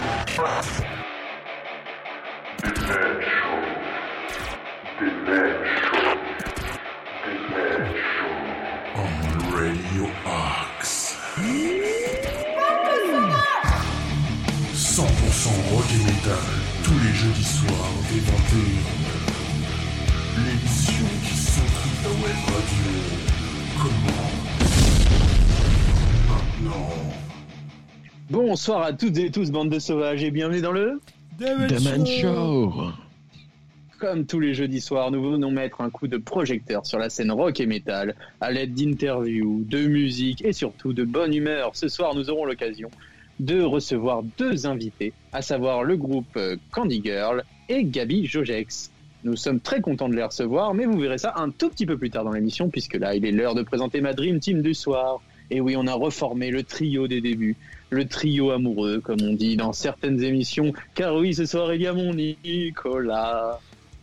On Radio Axe. 100% rock et metal, tous les jeudis soirs dès 21h. L'émission qui s'occupe la web radio. Comment maintenant? Bonsoir à toutes et tous, bande de sauvages, et bienvenue dans le Demen Show. Comme tous les jeudis soirs, nous venons mettre un coup de projecteur sur la scène rock et metal à l'aide d'interviews, de musique et surtout de bonne humeur. Ce soir, nous aurons l'occasion de recevoir deux invités, à savoir le groupe Candy Girl et Gabi Jogex. Nous sommes très contents de les recevoir, mais vous verrez ça un tout petit peu plus tard dans l'émission, puisque là, il est l'heure de présenter ma Dream Team du soir. Et oui, on a reformé le trio des débuts, le trio amoureux, comme on dit dans certaines émissions, car oui, ce soir, il y a mon Nicolas.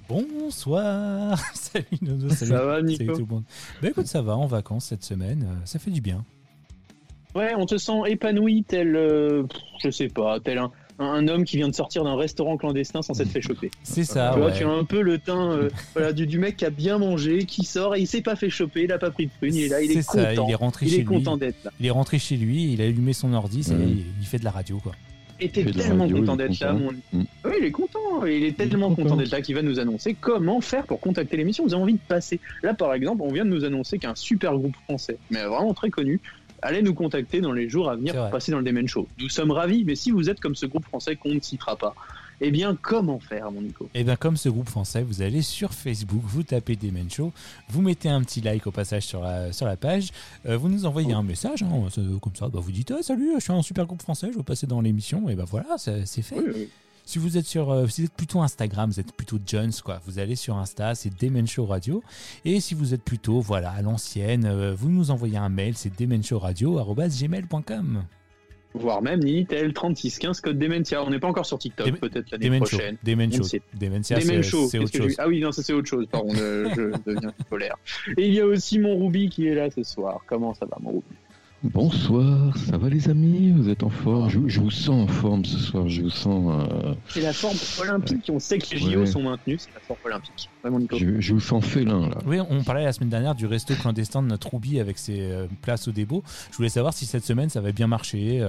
Bonsoir. Salut Nono, salut. Ça va, Nico? Salut tout le monde. Bah écoute, ça va, en vacances cette semaine, ça fait du bien. Ouais, on te sent épanoui tel, je sais pas, tel un homme qui vient de sortir d'un restaurant clandestin sans s'être fait choper. C'est ça, tu vois, ouais. tu as un peu le teint voilà, du mec qui a bien mangé, qui sort et il s'est pas fait choper, il a pas pris de prune, il est là, il est ça, content. il est rentré il chez est content lui. d'être là. Il est rentré chez lui, il a allumé son ordi, ça y est, il fait de la radio, quoi. Et t'es fait de la tellement radio, content il est d'être là, content. mon... Oui, il est content, il est tellement content d'être là qu'il va nous annoncer comment faire pour contacter l'émission. Vous avez envie de passer. Là, par exemple, on vient de nous annoncer qu'un super groupe français, mais vraiment très connu, allait nous contacter dans les jours à venir pour passer dans le Demen Show. Nous sommes ravis, mais si vous êtes comme ce groupe français qu'on ne citera pas, eh bien, comment faire, mon Nico? Eh bien, comme ce groupe français, vous allez sur Facebook, vous tapez Demen Show, vous mettez un petit like au passage sur la page, vous nous envoyez un message, hein, comme ça, bah, vous dites « Salut, je suis un super groupe français, je veux passer dans l'émission », et ben voilà, c'est fait. Oui. Si vous êtes si vous êtes plutôt Instagram, vous êtes plutôt Jones, quoi. Vous allez sur Insta, c'est Demen Show Radio. Et si vous êtes plutôt, voilà, à l'ancienne, vous nous envoyez un mail, c'est demenshowradio@gmail.com. Voire même Nitel 3615 code Dementia. On n'est pas encore sur TikTok, peut-être l'année prochaine. Dementia, c'est autre chose. Ah oui, non, ça c'est autre chose. Pardon, je deviens polaire. Et il y a aussi mon Ruby qui est là ce soir. Comment ça va, mon Ruby? Bonsoir, ça va les amis? Vous êtes en forme? Je vous sens en forme ce soir, je vous sens... C'est la forme olympique, on sait que les JO sont maintenus, c'est la forme olympique. Vraiment, Nico. Je vous sens félin là. Oui, on parlait la semaine dernière du resto clandestin de notre Ruby avec ses places au débot. Je voulais savoir si cette semaine ça va bien marcher.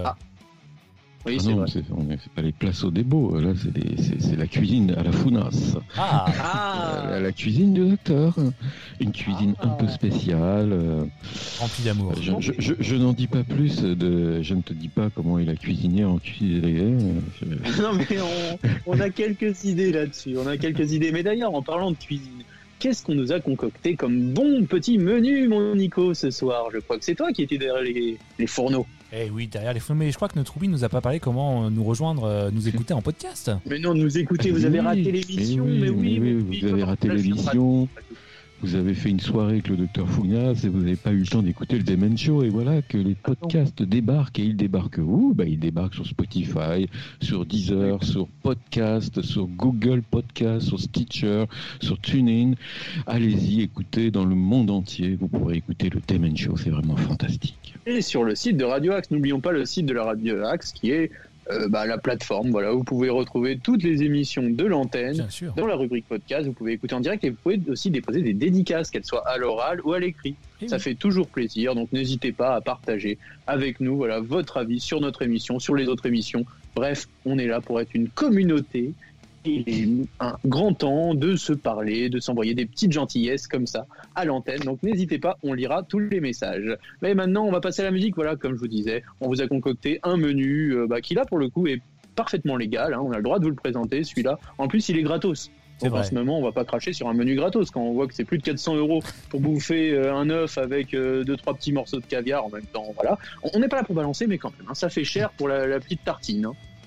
Oui, Ah c'est non, vrai. c'est pas les places au débo, là c'est la cuisine à la founasse. La cuisine du docteur. Une cuisine un peu spéciale. Remplie d'amour. Je n'en dis pas plus, je ne te dis pas comment il a cuisiné en cuisine. Non mais on a quelques idées là-dessus, Mais d'ailleurs, en parlant de cuisine, qu'est-ce qu'on nous a concocté comme bon petit menu, mon Nico, ce soir? Je crois que c'est toi qui étais derrière les fourneaux. Eh oui, derrière les fourneaux. Mais je crois que notre Ruby nous a pas parlé comment nous rejoindre, nous écouter en podcast. Mais non, nous écouter, vous avez raté l'émission. Mais oui, vous avez raté l'émission. Radio. Vous avez fait une soirée avec le docteur Fougas et vous n'avez pas eu le temps d'écouter le Demen Show. Et voilà que les podcasts débarquent. Et ils débarquent où? Ils débarquent sur Spotify, sur Deezer, sur Podcast, sur Google Podcast, sur Stitcher, sur TuneIn. Allez-y, écoutez dans le monde entier. Vous pourrez écouter le Demen Show. C'est vraiment fantastique. Et sur le site de Radio Axe, n'oublions pas le site de la Radio Axe qui est la plateforme. Voilà, vous pouvez retrouver toutes les émissions de l'antenne dans la rubrique podcast. Vous pouvez écouter en direct et vous pouvez aussi déposer des dédicaces, qu'elles soient à l'oral ou à l'écrit. Ça fait toujours plaisir, donc n'hésitez pas à partager avec nous votre avis sur notre émission, sur les autres émissions. Bref, on est là pour être une communauté. Il est un grand temps de se parler, de s'envoyer des petites gentillesses comme ça à l'antenne. Donc n'hésitez pas, on lira tous les messages. Mais maintenant, on va passer à la musique. Voilà, comme je vous disais, on vous a concocté un menu qui là pour le coup est parfaitement légal. On a le droit de vous le présenter, celui-là. En plus, il est gratos. Donc en ce moment, on va pas cracher sur un menu gratos quand on voit que c'est plus de 400 € pour bouffer un œuf avec 2-3 petits morceaux de caviar en même temps. Voilà, on n'est pas là pour balancer, mais quand même, ça fait cher pour la petite tartine.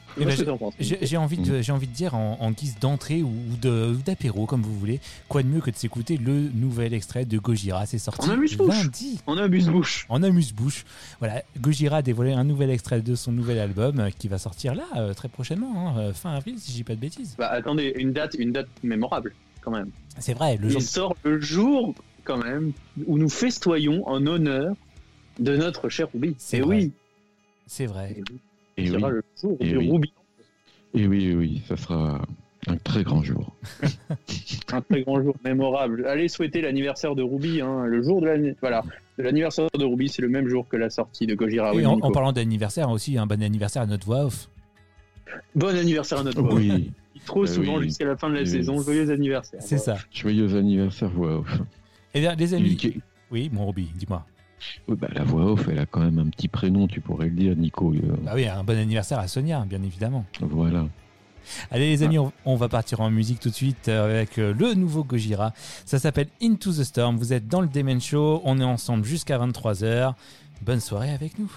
J'ai envie de dire en guise d'entrée ou d'apéro, comme vous voulez, quoi de mieux que de s'écouter le nouvel extrait de Gojira. C'est sorti lundi. En amuse-bouche. En amuse-bouche. Voilà, Gojira a dévoilé un nouvel extrait de son nouvel album qui va sortir là, très prochainement, fin avril, si je dis pas de bêtises. Attendez, une date mémorable, quand même. C'est vrai, Il sort le jour, quand même, où nous festoyons en honneur de notre cher Ruby. C'est vrai. Le jour du Ruby. Et oui, ça sera un très grand jour. Un très grand jour mémorable. Allez souhaiter l'anniversaire de Ruby, hein, le jour de l'anniversaire de Ruby, c'est le même jour que la sortie de Gojira. Oui, en parlant d'anniversaire aussi, un bon anniversaire à notre voix off. Bon anniversaire à notre voix. Oui. Trop souvent jusqu'à la fin de la saison. Joyeux anniversaire. C'est ça. Joyeux anniversaire, voix off. Eh bien, les amis. Oui, mon Ruby, dis-moi. Oui, la voix off, elle a quand même un petit prénom, tu pourrais le dire, Nico. Bah oui, un bon anniversaire à Sonia, bien évidemment. Voilà. Allez les amis, on va partir en musique tout de suite avec le nouveau Gojira. Ça s'appelle Into the Storm. Vous êtes dans le Demen Show. On est ensemble jusqu'à 23h. Bonne soirée avec nous.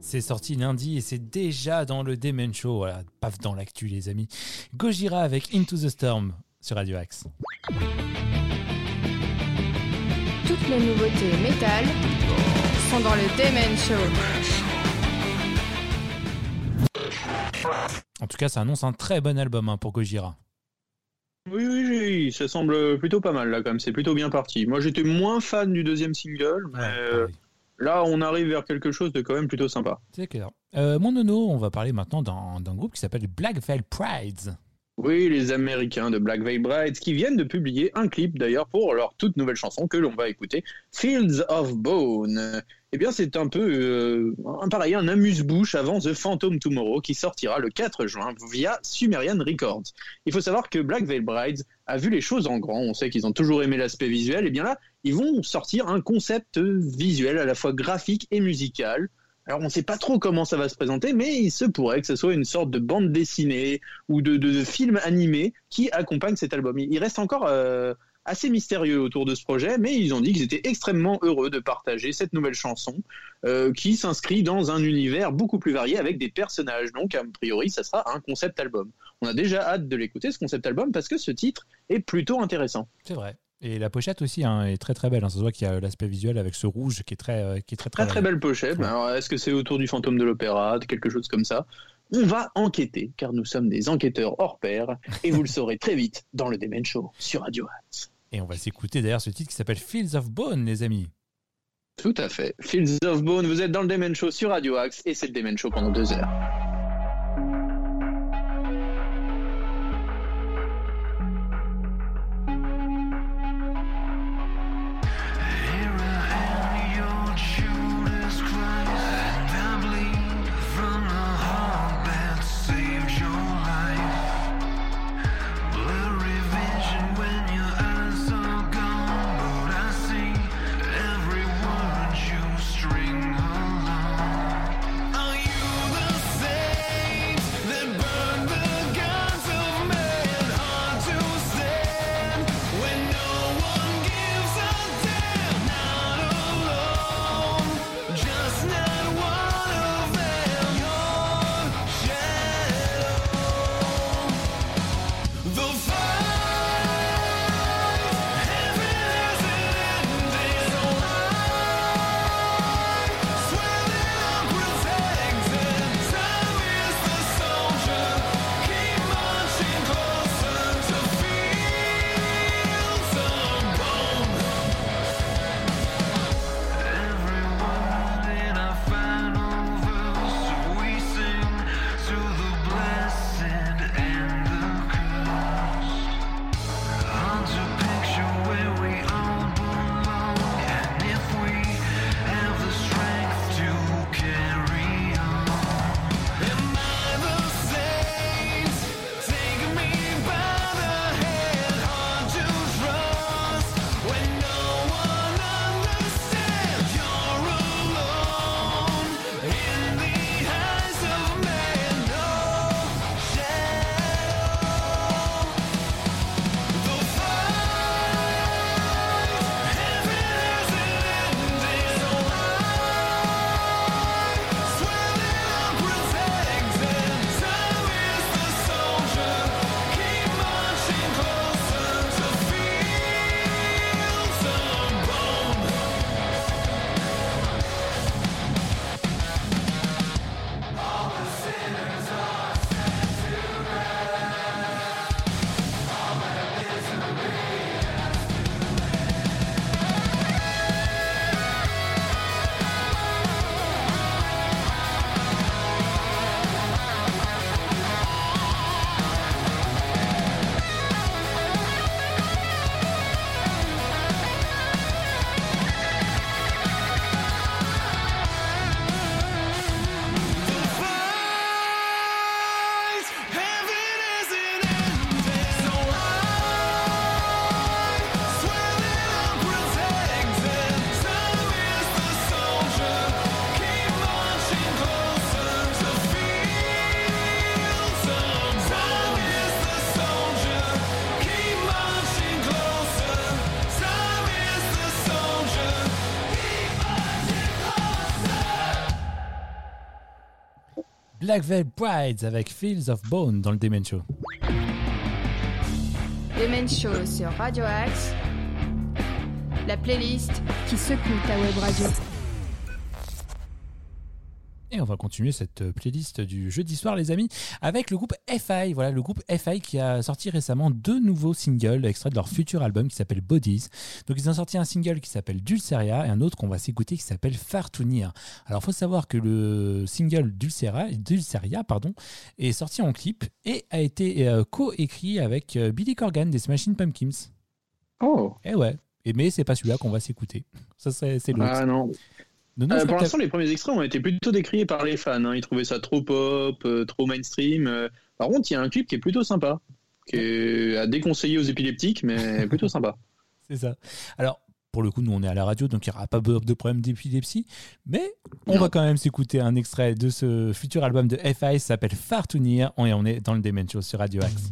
C'est sorti lundi et c'est déjà dans le Demen Show. Voilà, paf dans l'actu les amis. Gojira avec Into the Storm sur Radio Axe. Toutes les nouveautés métal sont dans le Demen Show. En tout cas, ça annonce un très bon album pour Gojira. Oui, ça semble plutôt pas mal là quand même, c'est plutôt bien parti. Moi j'étais moins fan du deuxième single, mais là on arrive vers quelque chose de quand même plutôt sympa. C'est clair. Mon nono, on va parler maintenant d'un groupe qui s'appelle Black Veil Brides. Oui, les Américains de Black Veil Brides qui viennent de publier un clip d'ailleurs pour leur toute nouvelle chanson que l'on va écouter, Fields of Bone. Eh bien c'est un peu un amuse-bouche avant The Phantom Tomorrow qui sortira le 4 juin via Sumerian Records. Il faut savoir que Black Veil Brides a vu les choses en grand, on sait qu'ils ont toujours aimé l'aspect visuel, et bien là ils vont sortir un concept visuel à la fois graphique et musical. Alors on ne sait pas trop comment ça va se présenter, mais il se pourrait que ce soit une sorte de bande dessinée ou de film animé qui accompagne cet album. Il reste encore assez mystérieux autour de ce projet, mais ils ont dit qu'ils étaient extrêmement heureux de partager cette nouvelle chanson qui s'inscrit dans un univers beaucoup plus varié avec des personnages. Donc a priori ça sera un concept album. On a déjà hâte de l'écouter ce concept album parce que ce titre est plutôt intéressant. C'est vrai. Et la pochette aussi est très très belle. Ça se voit qu'il y a l'aspect visuel avec ce rouge qui est très belle pochette. Ouais. Alors, est-ce que c'est autour du fantôme de l'opéra, quelque chose comme ça? On va enquêter, car nous sommes des enquêteurs hors pair, et vous le saurez très vite dans le Demen Show sur Radio Axe. Et on va s'écouter d'ailleurs ce titre qui s'appelle Fields of Bone, les amis. Tout à fait. Fields of Bone, vous êtes dans le Demen Show sur Radio Axe, et c'est le Demen Show pendant 2 heures. Are you the same? Black Veil Brides avec Fields of Bone dans le Demen Show. Demen Show sur Radio Axe, la playlist qui secoue ta web radio. Et on va continuer cette playlist du jeudi soir, les amis, avec le groupe FI. Voilà, le groupe FI qui a sorti récemment 2 nouveaux singles extraits de leur futur album qui s'appelle Bodies. Donc, ils ont sorti un single qui s'appelle Dulceria et un autre qu'on va s'écouter qui s'appelle Far to Near. Alors, il faut savoir que le single Dulceria est sorti en clip et a été co-écrit avec Billy Corgan des Smashing Pumpkins. Oh. Et ouais. Mais c'est pas celui-là qu'on va s'écouter. C'est l'autre. Ah non. Non, pour l'instant, les premiers extraits ont été plutôt décriés par les fans. Ils trouvaient ça trop pop, trop mainstream. Par contre, il y a un clip qui est plutôt sympa, qui est à déconseiller aux épileptiques, mais plutôt sympa. C'est ça. Alors, pour le coup, nous, on est à la radio, donc il n'y aura pas de problème d'épilepsie. Mais on va quand même s'écouter un extrait de ce futur album de FI. Ça s'appelle Far to Near. Et on est dans le Demen Show sur Radio Axe.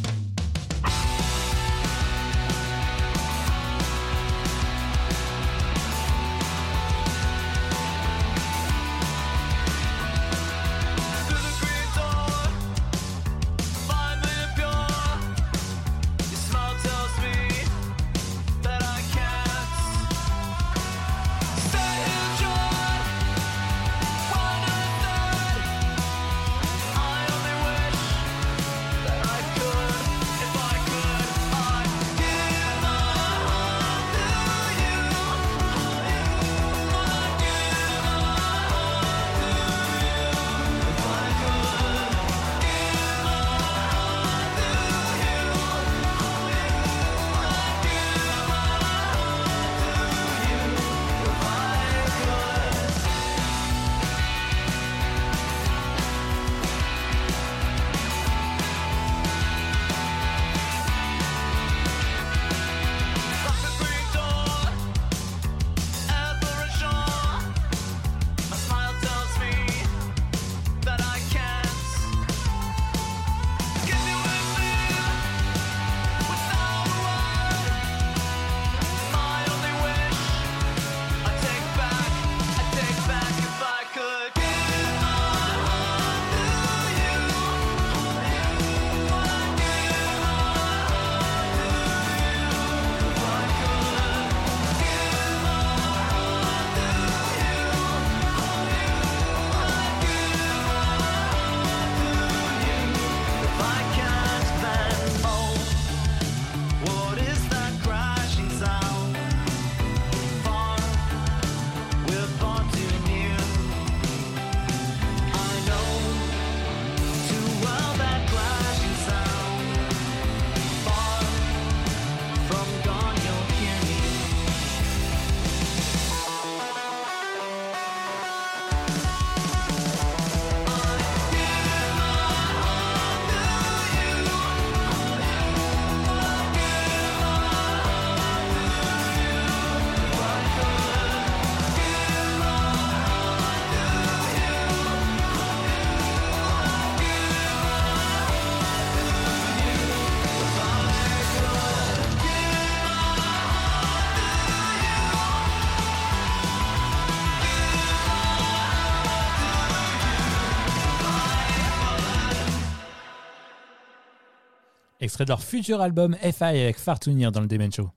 Extrait de leur futur album FI avec Far to Near dans le Demen Show.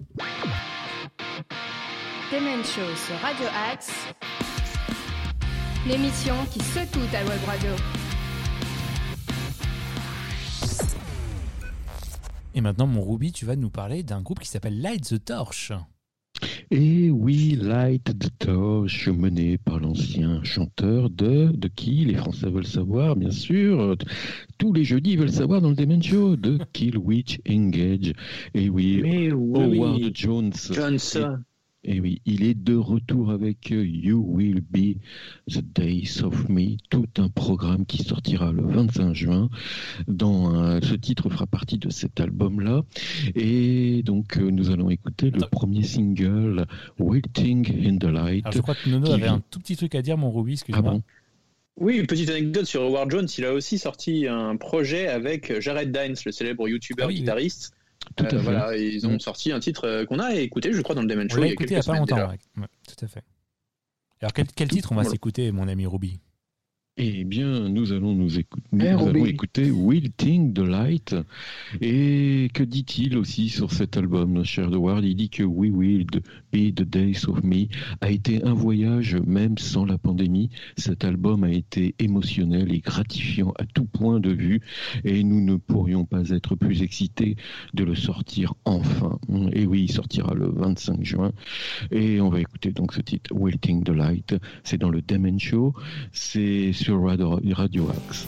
Demen Show sur Radio Axe, l'émission qui secoue ta web radio. Et maintenant, mon Ruby, tu vas nous parler d'un groupe qui s'appelle Light the Torch. Et oui, Light the Torch, mené par l'ancien chanteur de qui les Français veulent savoir, bien sûr. Tous les jeudis, ils veulent savoir dans le Demen Show de Kill Witch Engage. Et oui, Howard Johnson. Et oui, il est de retour avec You Will Be the Days of Me, tout un programme qui sortira le 25 juin. Ce titre fera partie de cet album-là. Et donc, nous allons écouter le premier single, Waiting in the Light. Alors, je crois que Nono avait un tout petit truc à dire, mon Ruby, excuse-moi. Ah bon ? Oui, une petite anecdote sur Howard Jones. Il a aussi sorti un projet avec Jared Dines, le célèbre youtubeur guitariste. Tout à fait. Voilà, ils ont sorti un titre qu'on a écouté, je crois, dans le Demen Show. On l'a écouté il n'y a pas longtemps. Ouais, tout à fait. Alors, quel titre on va s'écouter, mon ami Ruby ? Eh bien, nous allons écouter Wilting the Light. Et que dit-il aussi sur cet album, notre cher Edward? Il dit que We Will Be the Days of Me a été un voyage même sans la pandémie. Cet album a été émotionnel et gratifiant à tout point de vue et nous ne pourrions pas être plus excités de le sortir enfin. Et oui, il sortira le 25 juin. Et on va écouter donc ce titre, Wilting the Light. C'est dans le Demen Show. C'est sur Radio Axe.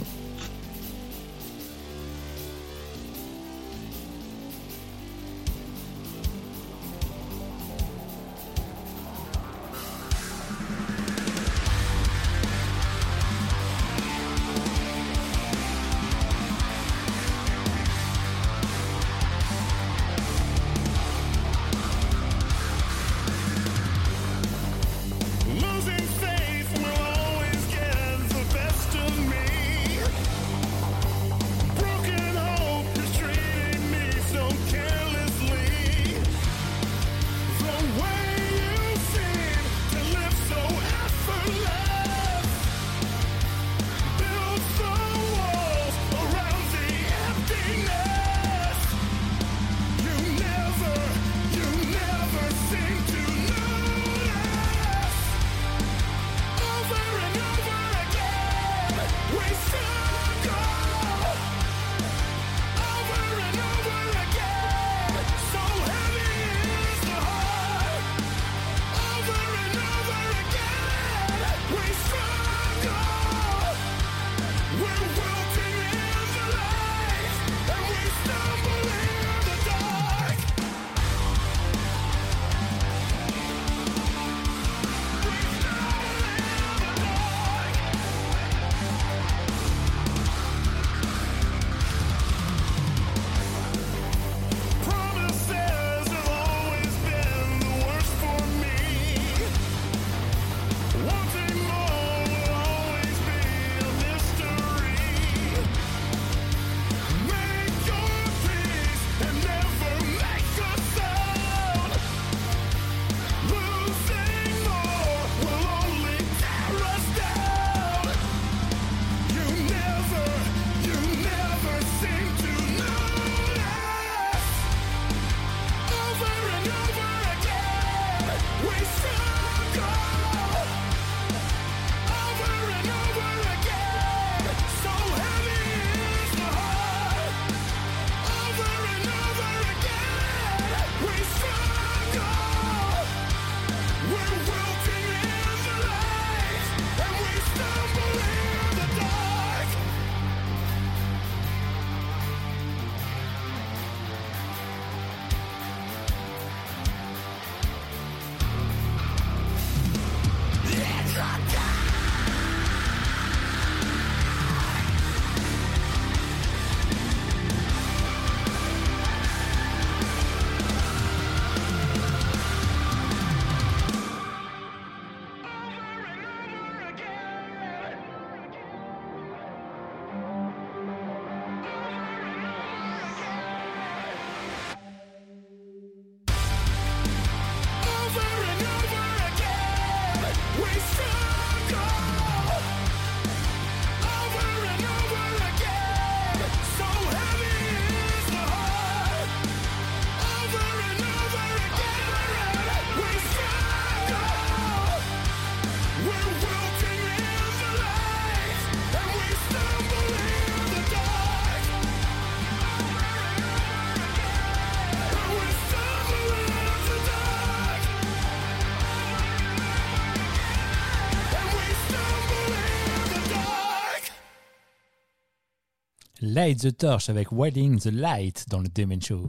Light the Torch avec Wilding the Light dans le Demen Show.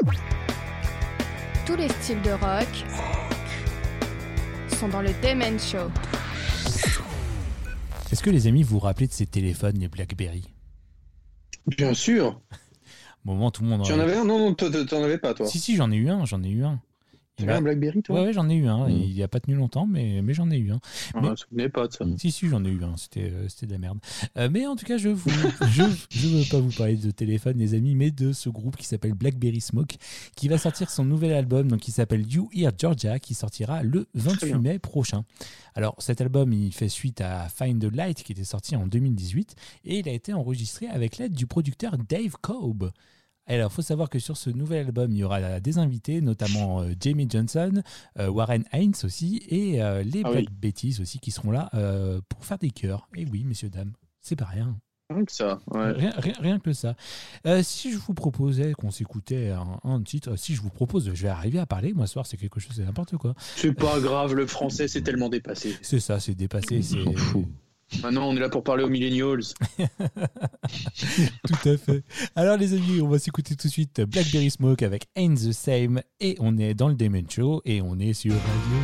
Tous les styles de rock sont dans le Demen Show. Est-ce que les amis vous vous rappelez de ces téléphones, les BlackBerry? Bien sûr. Moment, tout le monde. Tu en avais un? Non, t'en avais pas, toi. Si, j'en ai eu un. Tu as un BlackBerry, toi? Ouais, j'en ai eu un. Il n'y a pas tenu longtemps, mais j'en ai eu un. Je ne me souvenais pas de ça. Si, j'en ai eu un. C'était de la merde. Mais en tout cas, je veux pas vous parler de téléphone, les amis, mais de ce groupe qui s'appelle Blackberry Smoke, qui va sortir son nouvel album, donc qui s'appelle You Hear Georgia, qui sortira le 28 mai prochain. Alors, cet album, il fait suite à Find the Light, qui était sorti en 2018, et il a été enregistré avec l'aide du producteur Dave Cobb. Alors, il faut savoir que sur ce nouvel album, il y aura des invités, notamment Jamie Johnson, Warren Haynes aussi, et les Black Betties aussi, qui seront là pour faire des chœurs. Et oui, messieurs, dames, c'est pas rien. Rien que ça, ouais. Rien que ça. Si je vous proposais qu'on s'écoutait un titre, si je vous propose, je vais arriver à parler, moi ce soir, c'est quelque chose, c'est n'importe quoi. C'est pas grave, le français, c'est tellement dépassé. C'est ça, c'est dépassé, c'est... fou. Maintenant, on est là pour parler aux millennials. Tout à fait. Alors les amis, on va s'écouter tout de suite Blackberry Smoke avec Ain't the Same, et on est dans le Demon Show, et on est sur Radio.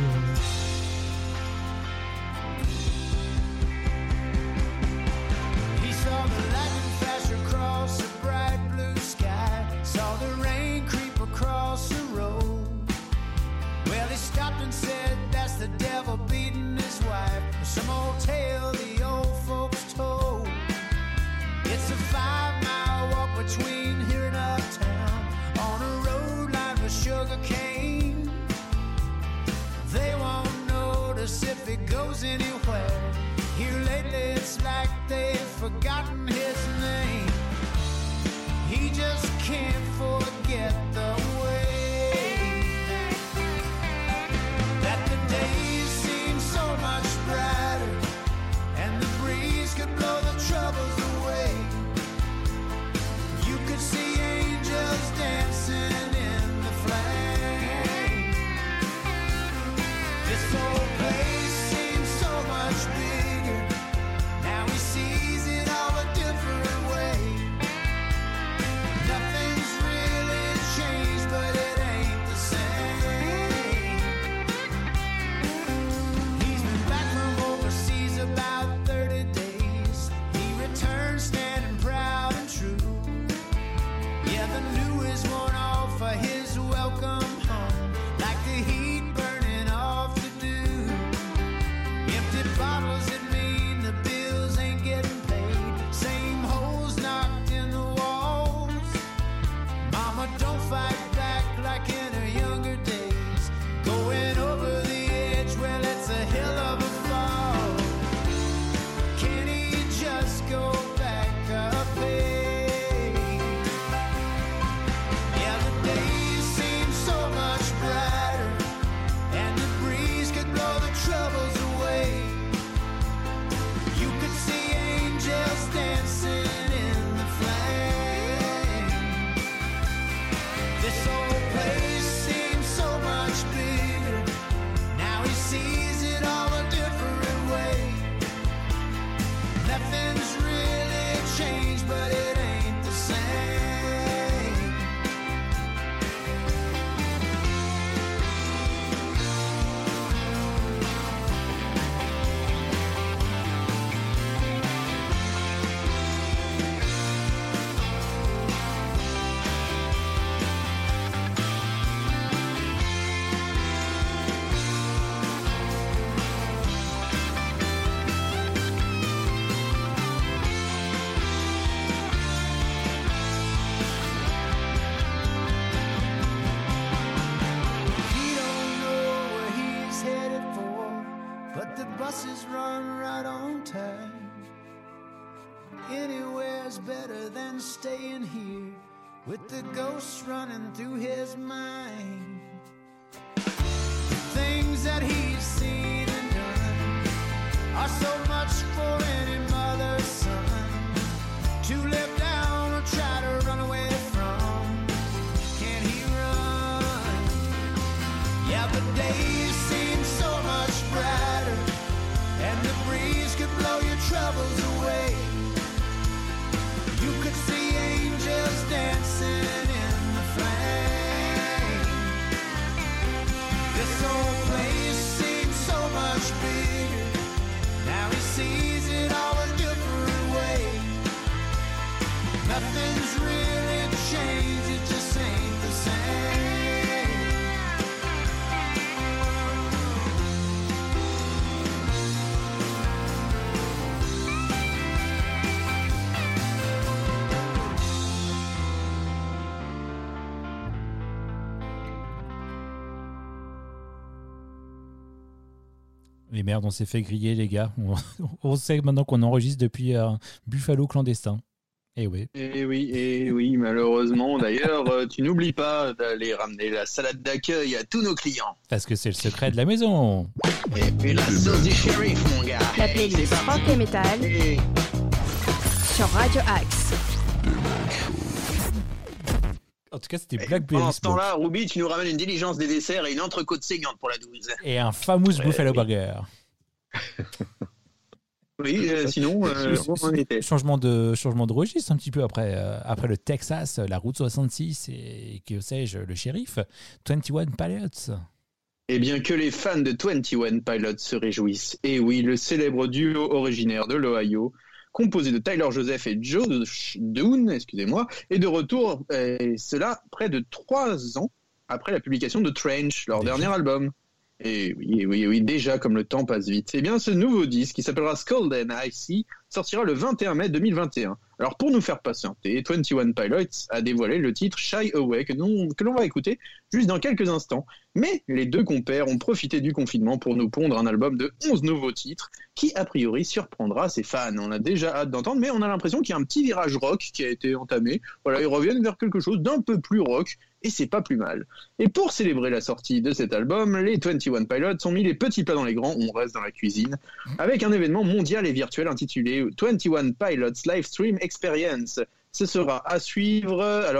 Some old tale the old folks told. It's a 5-mile walk between here and uptown, on a road lined with sugar cane. They won't notice if it goes anywhere. Here lately it's like they've forgotten his name. He just can't forget the way that the days seem so much brighter, and the breeze could blow the troubles away. You could see angels dancing in the flame. This whole place seems so much bigger. Now he sees it all a different way. Nothing's really changed, but it ain't the same. He's been back from overseas about 30 days. He returned standing proud and true. Yeah, the new is worn off for his welcome home, like the heat burning off the dew. Empty bottles that mean the bills ain't getting paid. Same holes knocked in the walls. Mama, don't fight back like in her younger days. Going over the edge, well, it's a hell of a fall. Can he just go back a pace? Yeah, the days seem so much brighter, and the breeze could blow the troubles away. You could see angels dancing in the flame. This old place seems so much bigger. Now he sees it all a different way. Nothing's really changed, but it ain't the same. He don't know where he's headed for, but the buses run right on time. Anywhere's better than staying here, with the ghosts running through his mind. Things that he's seen and done are so much for any mother's son to live down or try to run away from. Can he run? Yeah, the days seem so much brighter, and the breeze could blow your troubles away. You could see angels dancing in the flame. This old place seems so much bigger. Now he sees Les merdes, on s'est fait griller, les gars. On sait maintenant qu'on enregistre depuis un Buffalo clandestin. Eh oui. Et oui, malheureusement. D'ailleurs, tu n'oublies pas d'aller ramener la salade d'accueil à tous nos clients. Parce que c'est le secret de la maison. Et puis la sauce du shérif, mon gars. La playlist rock et metal sur Radio Axe. En tout cas, c'était Blackberry Pendant ce Smoke. temps-là, Ruby, tu nous ramènes une diligence des desserts et une entrecôte saignante pour la 12. Et un fameux Buffalo Burger. Oui, sinon, on était. Changement de registre un petit peu après le Texas, la route 66 et que sais-je, le shérif, 21 Pilots. Eh bien, que les fans de 21 Pilots se réjouissent. Et oui, le célèbre duo originaire de l'Ohio, composé de Tyler Joseph et Josh Dune, est de retour, et cela près de 3 ans après la publication de Trench, leur dernier album. Et oui, déjà, comme le temps passe vite. Eh bien, ce nouveau disque, qui s'appellera Skull and Icy, sortira le 21 mai 2021. Alors, pour nous faire patienter, 21 Pilots a dévoilé le titre Shy Away, que l'on va écouter juste dans quelques instants. Mais les deux compères ont profité du confinement pour nous pondre un album de 11 nouveaux titres, qui, a priori, surprendra ses fans. On a déjà hâte d'entendre, mais on a l'impression qu'il y a un petit virage rock qui a été entamé. Voilà, ils reviennent vers quelque chose d'un peu plus rock, et c'est pas plus mal. Et pour célébrer la sortie de cet album, les 21 Pilots ont mis les petits plats dans les grands, on reste dans la cuisine, avec un événement mondial et virtuel intitulé 21 Pilots Livestream Experience. Ce sera à suivre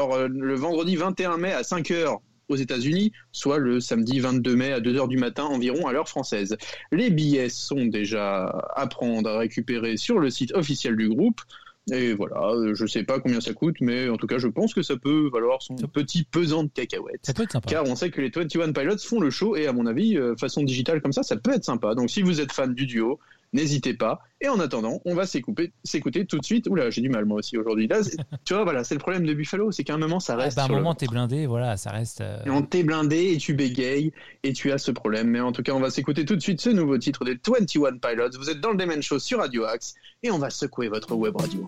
le vendredi 21 mai à 5h aux États-Unis, soit le samedi 22 mai à 2h du matin environ à l'heure française. Les billets sont déjà à prendre, à récupérer sur le site officiel du groupe. Et voilà, je sais pas combien ça coûte, mais en tout cas, je pense que ça peut valoir son petit pesant de cacahuètes. Ça peut être sympa. Car on sait que les 21 Pilots font le show, et à mon avis, façon digitale comme ça peut être sympa. Donc si vous êtes fan du duo, n'hésitez pas. Et en attendant, on va s'écouter tout de suite. Oula, j'ai du mal moi aussi aujourd'hui. Là, tu vois, voilà, c'est le problème de Buffalo, c'est qu'à un moment, ça reste. À un moment, t'es blindé, voilà, ça reste. Et on t'est blindé et tu bégayes et tu as ce problème. Mais en tout cas, on va s'écouter tout de suite ce nouveau titre des 21 Pilots. Vous êtes dans le Demen Show sur Radio Axe et on va secouer votre web radio.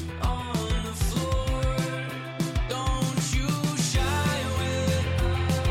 Don't you shy away.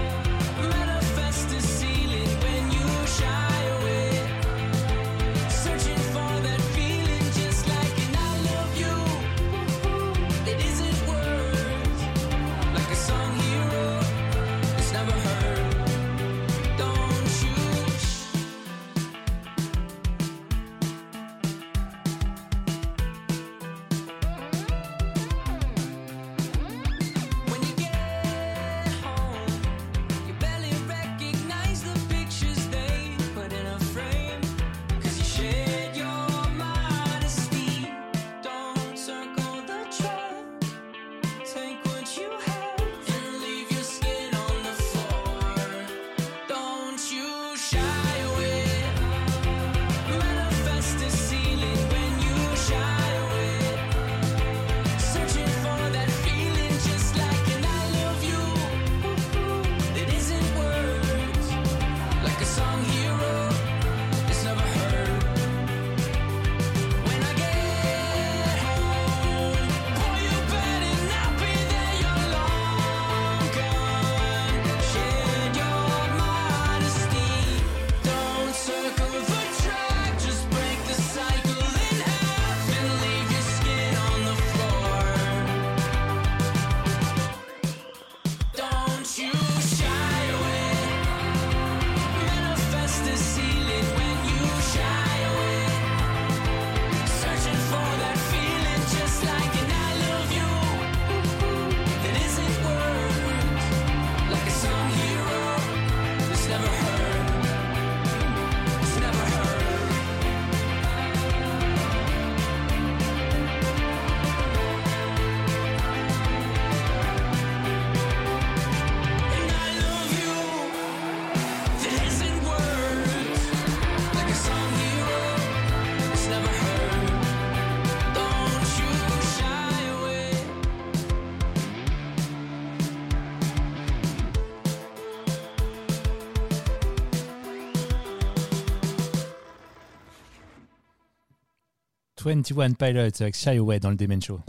21 Pilots avec Shy Away dans le Demen Show.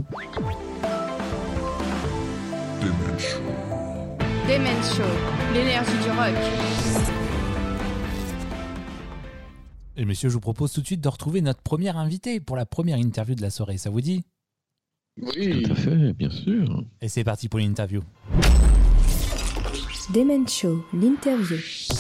Demen Show. Demen Show, l'énergie du rock. Et monsieur, je vous propose tout de suite de retrouver notre premier invité pour la première interview de la soirée. Ça vous dit ? Oui. Tout à fait, bien sûr. Et c'est parti pour l'interview. Demen Show, l'interview.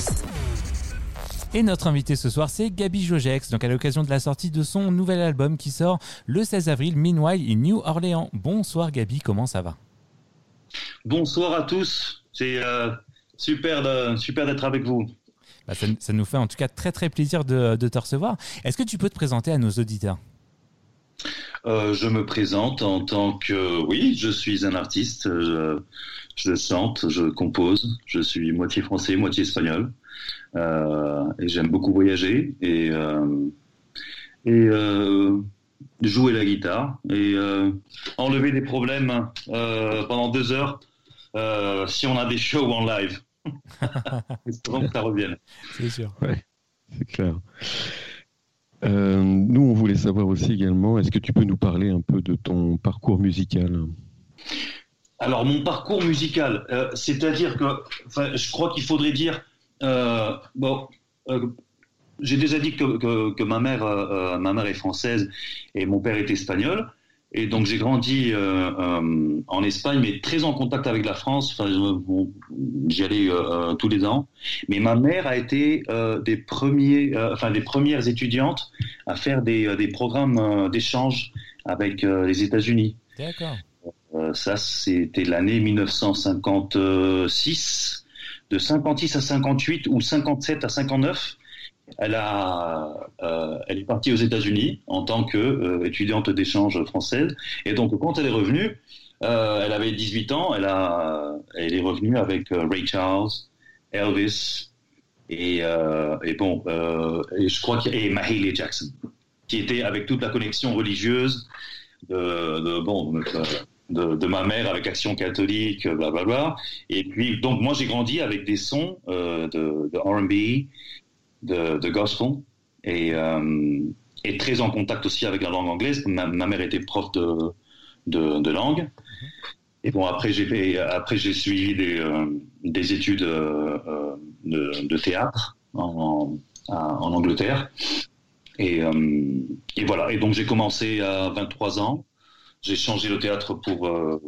Et notre invité ce soir, c'est Gaby Jogex, donc à l'occasion de la sortie de son nouvel album qui sort le 16 avril, Meanwhile in New Orleans. Bonsoir Gaby, comment ça va ? Bonsoir à tous, c'est super d'être avec vous. Bah, ça nous fait en tout cas très très plaisir de te recevoir. Est-ce que tu peux te présenter à nos auditeurs ? Je me présente en tant que... Oui, je suis un artiste, je chante, je compose, je suis moitié français, moitié espagnol. Et j'aime beaucoup voyager et jouer la guitare et enlever des problèmes pendant 2 heures si on a des shows en live. Espérons que ça revienne. C'est sûr. Ouais, c'est clair. Nous, on voulait savoir aussi également, est-ce que tu peux nous parler un peu de ton parcours musical ? Alors, mon parcours musical, c'est-à-dire que, je crois qu'il faudrait dire, j'ai déjà dit que ma mère est française et mon père est espagnol. Et donc j'ai grandi en Espagne, mais très en contact avec la France. J'y allais tous les ans. Mais ma mère a été des premières étudiantes à faire des programmes d'échange avec les États-Unis. D'accord. Ça, c'était l'année 1956, de 56 à 58 ou 57 à 59. Elle est partie aux États-Unis en tant qu'étudiante d'échange française. Et donc, quand elle est revenue, elle avait 18 ans. Elle est revenue avec Ray Charles, Elvis et je crois Mahalia Jackson, qui était avec toute la connexion religieuse de ma mère avec Action catholique, blablabla. Et puis, donc, moi, j'ai grandi avec des sons de R&B, de gospel et très en contact aussi avec la langue anglaise. Ma mère était prof de langue. Et bon, après j'ai suivi des études de théâtre en Angleterre. Et voilà. Et donc j'ai commencé à 23 ans. J'ai changé le théâtre pour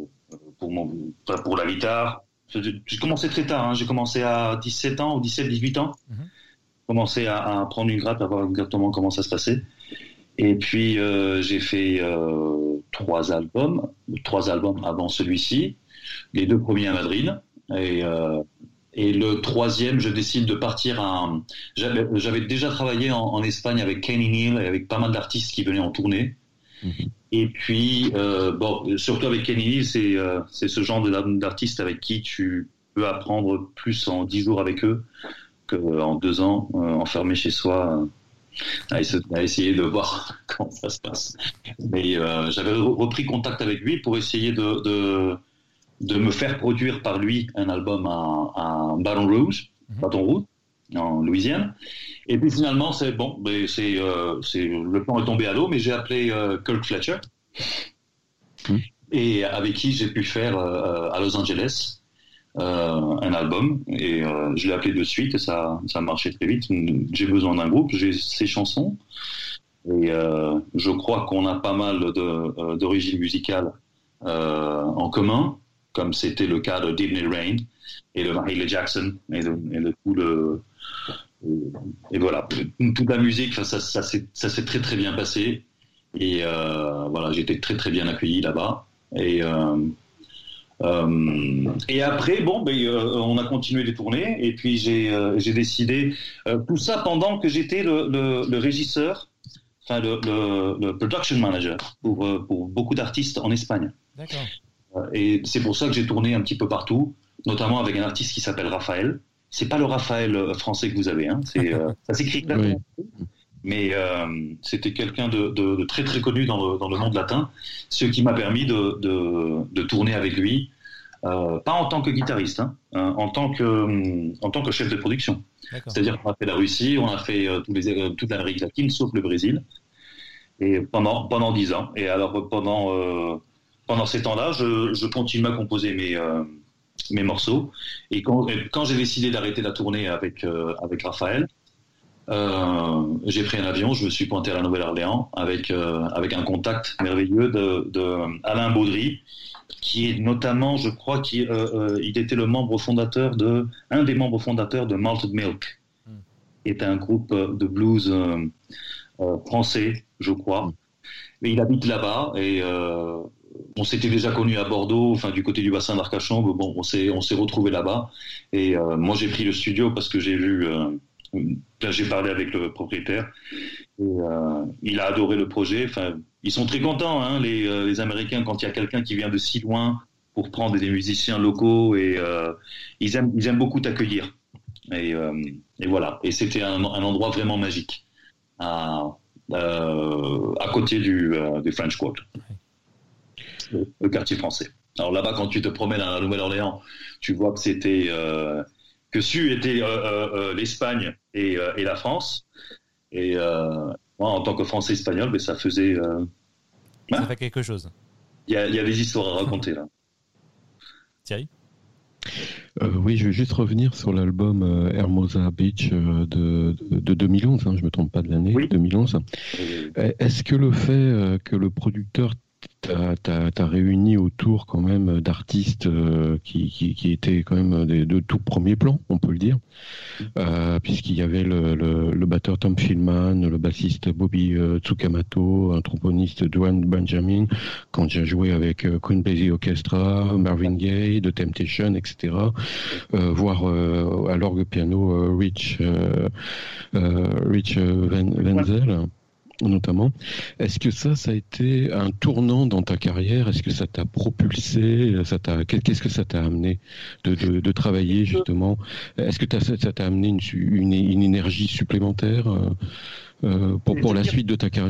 la guitare. J'ai commencé très tard. J'ai commencé à 17 ans ou 17-18 ans. Commencé à prendre une grappe, à voir exactement comment ça se passait. Et puis j'ai fait 3 albums avant celui-ci, les 2 premiers à Madrid, et le 3e, je décide de partir j'avais déjà travaillé en Espagne avec Kenny Neal et avec pas mal d'artistes qui venaient en tournée. Et puis surtout avec Kenny Neal, c'est ce genre d'artiste avec qui tu peux apprendre plus en 10 jours avec eux qu'en 2 ans enfermé chez soi à essayer de voir comment ça se passe. Mais j'avais repris contact avec lui pour essayer de me faire produire par lui un album à Baton Rouge, en Louisiane. Et puis finalement, le plan est tombé à l'eau, mais j'ai appelé Kirk Fletcher, et avec qui j'ai pu faire à Los Angeles un album, et je l'ai appelé de suite et ça a marché très vite. J'ai besoin d'un groupe, j'ai ces chansons et je crois qu'on a pas mal d'origine musicale en commun, comme c'était le cas de Deep Rain et de Mahalia Jackson et voilà, toute la musique, ça s'est très très bien passé et voilà, j'ai été très très bien accueilli là-bas et après, on a continué les tournées et puis j'ai décidé tout ça pendant que j'étais le régisseur, le production manager pour beaucoup d'artistes en Espagne. D'accord. Et c'est pour ça que j'ai tourné un petit peu partout, notamment avec un artiste qui s'appelle Raphaël. C'est pas le Raphaël français que vous avez, hein. Ça s'écrit exactement. Oui. Mais c'était quelqu'un de très très connu dans le monde latin, ce qui m'a permis de tourner avec lui, pas en tant que guitariste, en tant que chef de production. D'accord. C'est-à-dire qu'on a fait la Russie, on a fait toute l'Amérique latine, sauf le Brésil. Et pendant 10 ans. Et alors pendant ces temps-là, je continue à composer mes morceaux. Et quand j'ai décidé d'arrêter la tournée avec Raphaël, j'ai pris un avion, je me suis pointé à la Nouvelle-Orléans avec un contact merveilleux de Alain Baudry, qui est notamment, je crois, il était un des membres fondateurs de Malted Milk, qui est un groupe de blues français, je crois. Mais il habite là-bas et on s'était déjà connus à Bordeaux, enfin du côté du bassin d'Arcachon. Bon, on s'est retrouvés là-bas et moi j'ai pris le studio parce que j'ai vu. Là, j'ai parlé avec le propriétaire et il a adoré le projet. Enfin, ils sont très contents, hein, les Américains, quand il y a quelqu'un qui vient de si loin pour prendre des musiciens locaux et ils aiment beaucoup t'accueillir. Et voilà. Et c'était un endroit vraiment magique à côté du French Quarter, le quartier français. Alors là-bas, quand tu te promènes à la Nouvelle-Orléans, tu vois que c'était que Su était l'Espagne et la France. Et moi, en tant que Français espagnol, mais ça faisait. Ça fait quelque chose. Il y a des histoires à raconter là. Thierry ? Oui, je vais juste revenir sur l'album Hermosa Beach de 2011, je ne me trompe pas de l'année, oui. 2011. Est-ce que le fait que le producteur t'a réuni autour quand même d'artistes qui étaient quand même de tout premier plan, on peut le dire, puisqu'il y avait le batteur Tom Philman, le bassiste Bobby Tsukamato, un tromboniste Dwayne Benjamin, quand j'ai joué avec Queen Basie Orchestra, Marvin Gaye, The Temptation, etc. Voire à l'orgue piano Rich Wenzel. Notamment. Est-ce que ça a été un tournant dans ta carrière ? Est-ce que ça t'a propulsé ? Qu'est-ce que ça t'a amené de travailler justement ? Est-ce que ça t'a amené une énergie supplémentaire pour la suite de ta carrière ?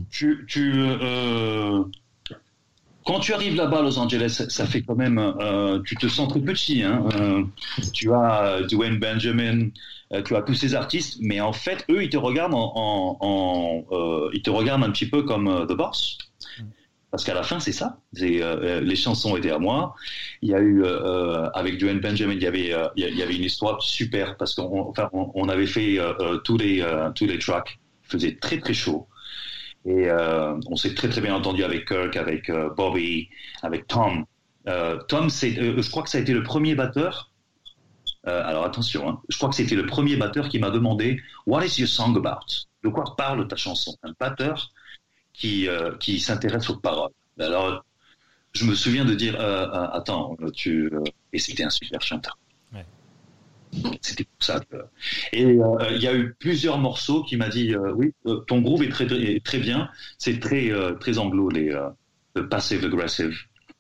Quand tu arrives là-bas à Los Angeles, ça fait quand même, tu te sens très petit. Tu as Dwayne Benjamin, tu as tous ces artistes, mais en fait, eux, ils te regardent ils te regardent un petit peu comme The Boss. Parce qu'à la fin, c'est ça. Les chansons étaient à moi. Il y a eu, avec Dwayne Benjamin, il y avait une histoire super parce qu'on avait fait tous les tracks. Il faisait très très chaud. Et on s'est très très bien entendu avec Kirk, avec Bobby, avec Tom. Tom, je crois que ça a été le premier batteur. Alors attention, je crois que c'était le premier batteur qui m'a demandé What is your song about? De quoi parle ta chanson? Un batteur qui s'intéresse aux paroles. Alors, je me souviens de dire attends, et c'était un super chanteur. Ouais. C'était pour ça. Et il y a eu plusieurs morceaux qui m'a dit oui, ton groove est très bien. C'est très très anglo, le passive aggressive.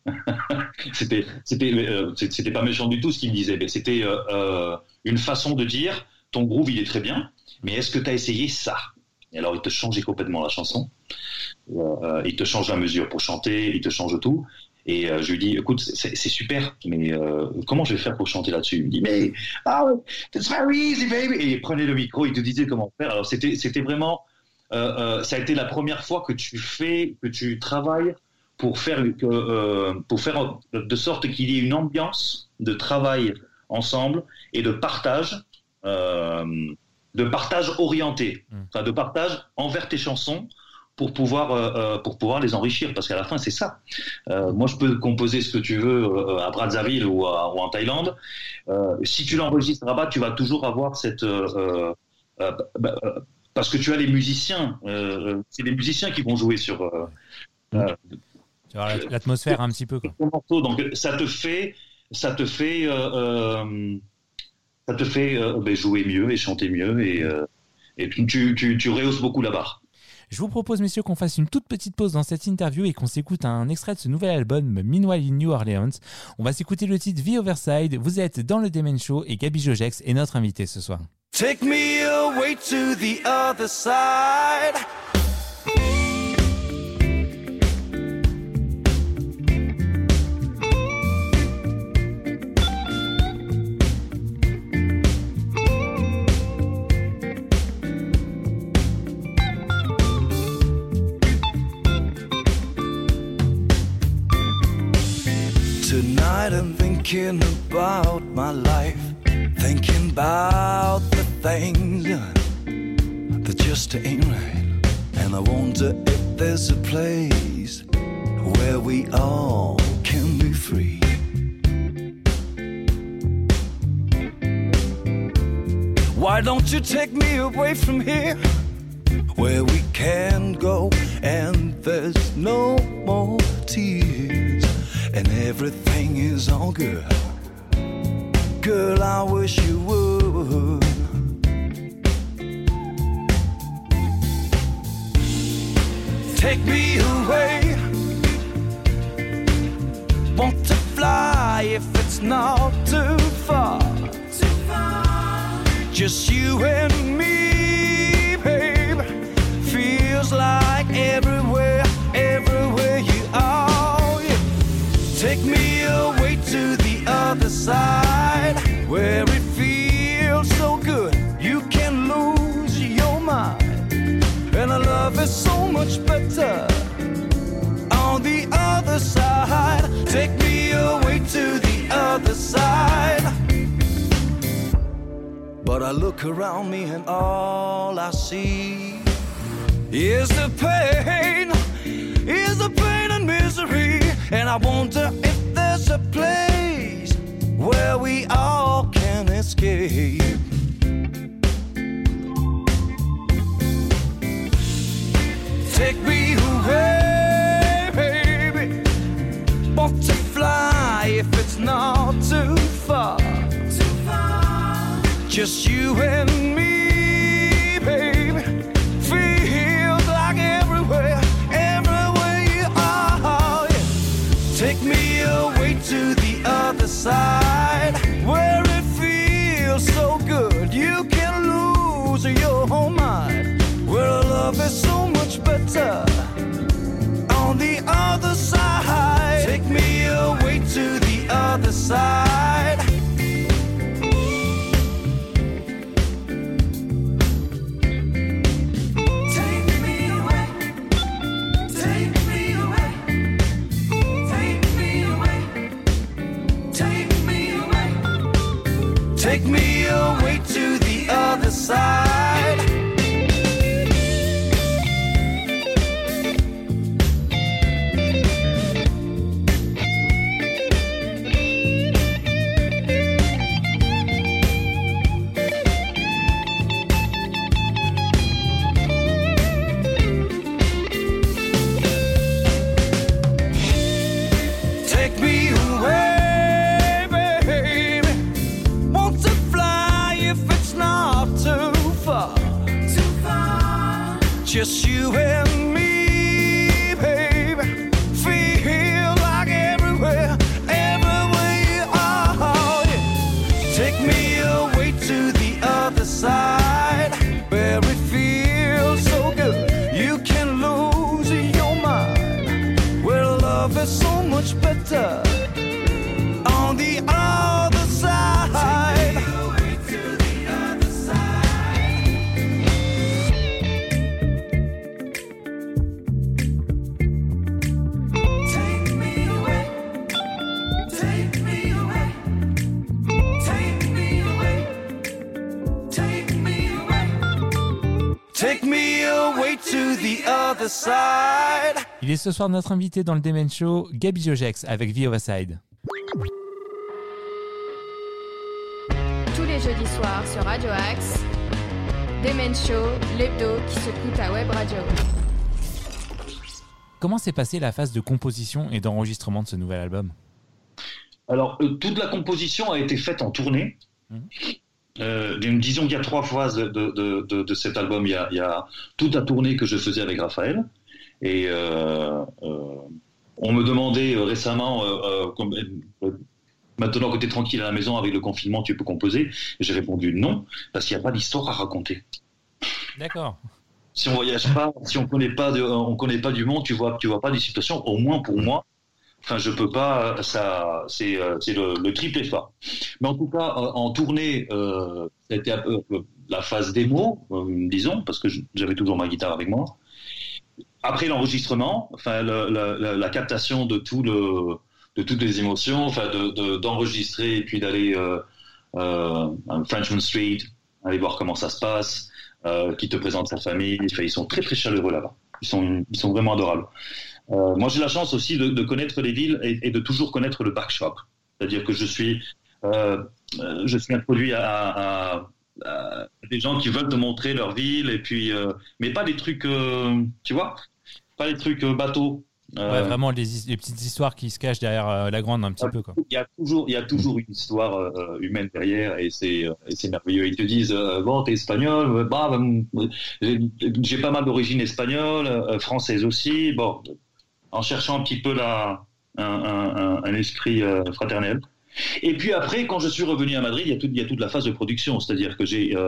C'était pas méchant du tout ce qu'il me disait, mais c'était une façon de dire ton groove il est très bien, mais est-ce que tu as essayé ça? Et alors il te changeait complètement la chanson, il te change la mesure pour chanter, il te change tout. Et je lui dis, écoute, c'est super, mais comment je vais faire pour chanter là-dessus? Il me dit, mais it's very easy, baby. Et il prenait le micro, il te disait comment faire. Alors c'était vraiment, ça a été la première fois que tu travailles pour faire de sorte qu'il y ait une ambiance de travail ensemble et de partage orienté, enfin de partage envers tes chansons. Pour pouvoir les enrichir, parce qu'à la fin c'est ça. Moi je peux composer ce que tu veux à Brazzaville ou en Thaïlande. Si tu l'enregistres là-bas, tu vas toujours avoir cette parce que tu as les musiciens. C'est les musiciens qui vont jouer sur. Tu vois l'atmosphère un petit peu quoi. Donc ça te fait jouer mieux et chanter mieux et tu rehausses beaucoup la barre. Je vous propose, messieurs, qu'on fasse une toute petite pause dans cette interview et qu'on s'écoute un extrait de ce nouvel album, Meanwhile in New Orleans. On va s'écouter le titre The Overside. Vous êtes dans le Demen Show et Gaby Jogex est notre invité ce soir. Take me away to the other side. thinking about my life, thinking about the things that just ain't right. And I wonder if there's a place where we all can be free. Why don't you take me away from here, where we can go and there's no more tears, and everything is all good. Girl, I wish you would. Take me away. Want to fly if it's not too far. Too far. Just you and me, babe. Feels like everywhere, everywhere you are. Yeah. Take me away to the other side, where it feels so good you can lose your mind. And our love is so much better on the other side. Take me away to the other side. But I look around me and all I see is the pain and misery. And I wonder if there's a place where we all can escape. Take me away, baby. Want to fly if it's not too far. Too far. Just you and me, baby. Feels like everywhere, everywhere you are. Yeah. Take me away to the other side, where it feels so good you can lose your whole mind. Where our love is so much better on the other side. Take me away to the other side. Take me away. Take me away. Take me away. Take me away. Take me away to the other side. Just you and me, baby. Feel like everywhere, everywhere you are. Yeah. Take me away to the other side, where it feels so good you can lose your mind. Where love is so much better on the other side. Take me away to the other side. Il est ce soir notre invité dans le Demen Show, Gaby Jogex avec The Other Side. Tous les jeudis soirs sur Radio Axe, Demen Show, l'hebdo qui s'écoute à Web Radio. Comment s'est passée la phase de composition et d'enregistrement de ce nouvel album ? Alors, toute la composition a été faite en tournée. Disons qu'il y a 3 phases de cet album. Il y a toute la tournée que je faisais avec Raphaël. Et on me demandait récemment, maintenant que tu es tranquille à la maison avec le confinement, tu peux composer. J'ai répondu non, parce qu'il n'y a pas d'histoire à raconter. D'accord. Si on voyage pas, si on connaît pas du monde, tu vois pas des situations. Au moins pour moi, enfin je peux pas. Ça, c'est le triple effort. Mais en tout cas, en tournée, c'était un peu la phase démo, disons, parce que j'avais toujours ma guitare avec moi. Après l'enregistrement, enfin la captation de tout toutes les émotions, enfin d'enregistrer et puis d'aller à Frenchmen Street, aller voir comment ça se passe, qui te présente sa famille. Enfin, ils sont très très chaleureux là-bas. Ils sont vraiment adorables. Moi, j'ai la chance aussi de connaître les villes et de toujours connaître le backshop. C'est-à-dire que je suis introduit à des gens qui veulent te montrer leur ville, et puis, mais pas des trucs, tu vois, pas des trucs bateaux. Ouais, vraiment les petites histoires qui se cachent derrière la grande un petit peu, quoi. Il y a toujours une histoire humaine derrière, et c'est merveilleux. Ils te disent bon, t'es espagnol, j'ai pas mal d'origine espagnole, française aussi. Bon, en cherchant un petit peu un esprit fraternel. Et puis après, quand je suis revenu à Madrid, il y a toute la phase de production, c'est-à-dire que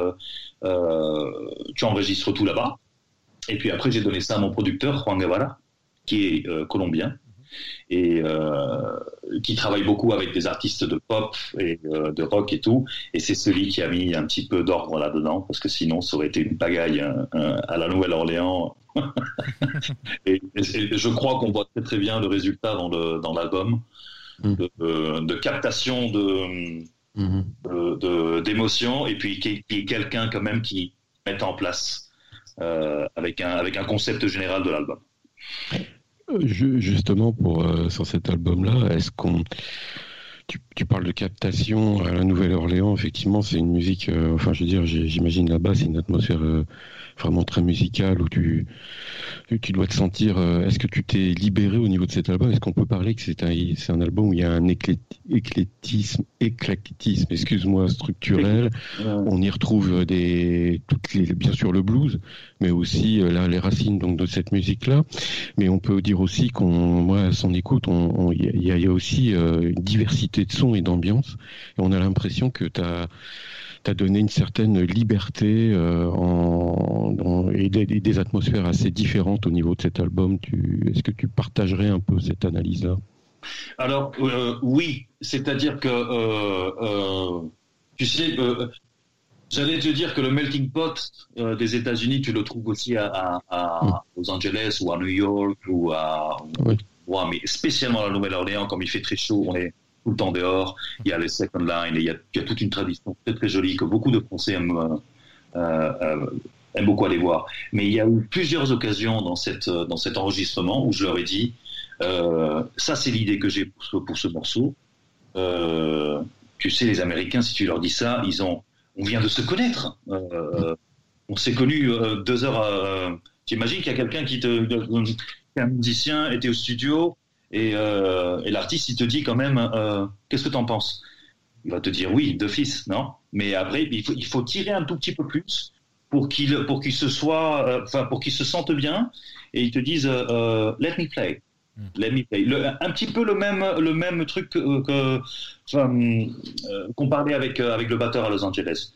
tu enregistres tout là-bas. Et puis après, j'ai donné ça à mon producteur, Juan Guevara, qui est colombien et qui travaille beaucoup avec des artistes de pop et de rock et tout. Et c'est celui qui a mis un petit peu d'ordre là-dedans, parce que sinon, ça aurait été une pagaille à la Nouvelle-Orléans. et je crois qu'on voit très très bien le résultat dans l'album de captation d'émotions, et puis qui est quelqu'un quand même qui met en place avec un concept général de l'album. Justement, sur cet album-là, est-ce qu'on... Tu parles de captation à la Nouvelle-Orléans, effectivement, c'est une musique... j'imagine là-bas, c'est une atmosphère vraiment très musicale où tu dois te sentir... est-ce que tu t'es libéré au niveau de cet album ? Est-ce qu'on peut parler que c'est un album où il y a un éclectisme, excuse-moi, structurel. On y retrouve bien sûr le blues, mais aussi les racines donc de cette musique-là. Mais on peut dire aussi à son écoute, il y a aussi une diversité de sons et d'ambiance. Et on a l'impression que tu as donné une certaine liberté et des atmosphères assez différentes au niveau de cet album. Est-ce que tu partagerais un peu cette analyse-là ? Alors, oui, c'est-à-dire que, tu sais, j'allais te dire que le melting pot des États-Unis, tu le trouves aussi à Los Angeles ou à New York mais spécialement à la Nouvelle-Orléans, comme il fait très chaud, on est tout le temps dehors. Il y a les second line, et il y a toute une tradition très très jolie que beaucoup de Français aiment beaucoup aller voir. Mais il y a eu plusieurs occasions dans cet enregistrement où je leur ai dit ça c'est l'idée que j'ai pour ce morceau. Tu sais, les Américains, si tu leur dis ça, on vient de se connaître. On s'est connus 2 heures. T'imagines qu'il y a quelqu'un un musicien était au studio et l'artiste il te dit quand même qu'est-ce que t'en penses ? Il va te dire oui d'office, non ? Mais après il faut tirer un tout petit peu plus pour qu'il se sente bien, et ils te disent let me play. Un petit peu le même truc qu'on parlait avec le batteur à Los Angeles.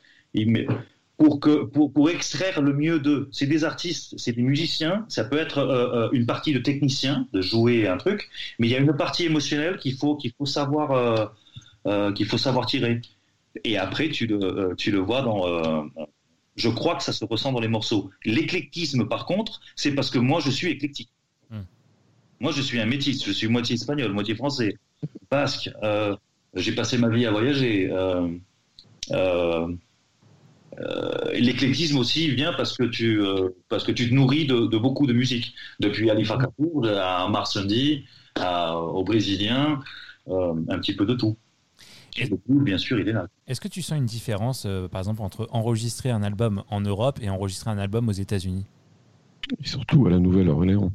Pour extraire le mieux d'eux. C'est des artistes, c'est des musiciens, ça peut être une partie de technicien, de jouer un truc, mais il y a une partie émotionnelle qu'il faut savoir tirer. Et après, tu le vois dans... je crois que ça se ressent dans les morceaux. L'éclectisme, par contre, c'est parce que moi, je suis éclectique. Moi, je suis un métis, je suis moitié espagnol, moitié français, basque. J'ai passé ma vie à voyager. L'éclectisme aussi vient parce que tu te nourris de beaucoup de musique, depuis Alifa Kapoor à Marcendi aux Brésiliens, un petit peu de tout. Et le coup, bien sûr, il est là. Est-ce que tu sens une différence, par exemple, entre enregistrer un album en Europe et enregistrer un album aux États-Unis ? Et surtout à la Nouvelle-Orléans.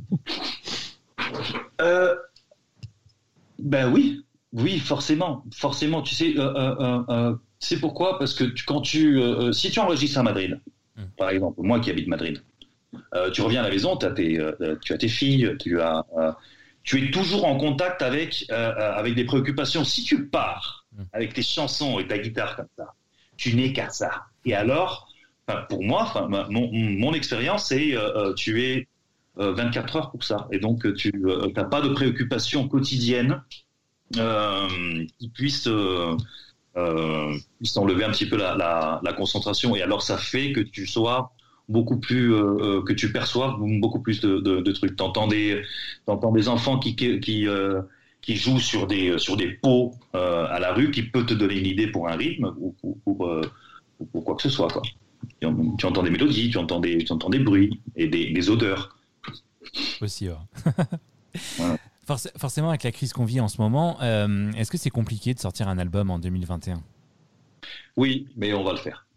Ben oui, forcément. Tu sais, c'est pourquoi, parce que si tu enregistres à Madrid, par exemple, moi qui habite Madrid, tu reviens à la maison, tu as tes filles, tu es toujours en contact avec des préoccupations. Si tu pars avec tes chansons et ta guitare comme ça, tu n'es qu'à ça. Et alors, pour moi, mon expérience, c'est tu es 24 heures pour ça. Et donc, tu n'as pas de préoccupations quotidiennes qui puissent enlever un petit peu la concentration. Et alors, ça fait que tu sois beaucoup plus que tu perçois beaucoup plus de trucs. T'entends des enfants qui qui joue sur des pots à la rue, qui peut te donner une idée pour un rythme ou pour quoi que ce soit, quoi. Tu entends des mélodies, tu entends des bruits et des odeurs. Aussi, ouais. Voilà. Forcément, avec la crise qu'on vit en ce moment, est-ce que c'est compliqué de sortir un album en 2021 ? Oui, mais on va le faire.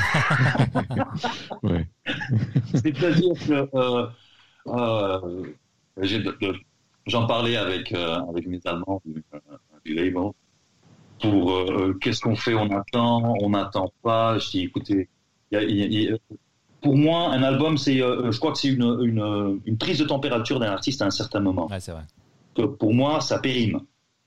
Ouais. C'est-à-dire que j'en parlais avec mes Allemands du label pour qu'est-ce qu'on fait, on n'attend pas. Je dis écoutez, pour moi un album c'est je crois que c'est une prise de température d'un artiste à un certain moment. Ouais, c'est vrai. Que pour moi ça périme.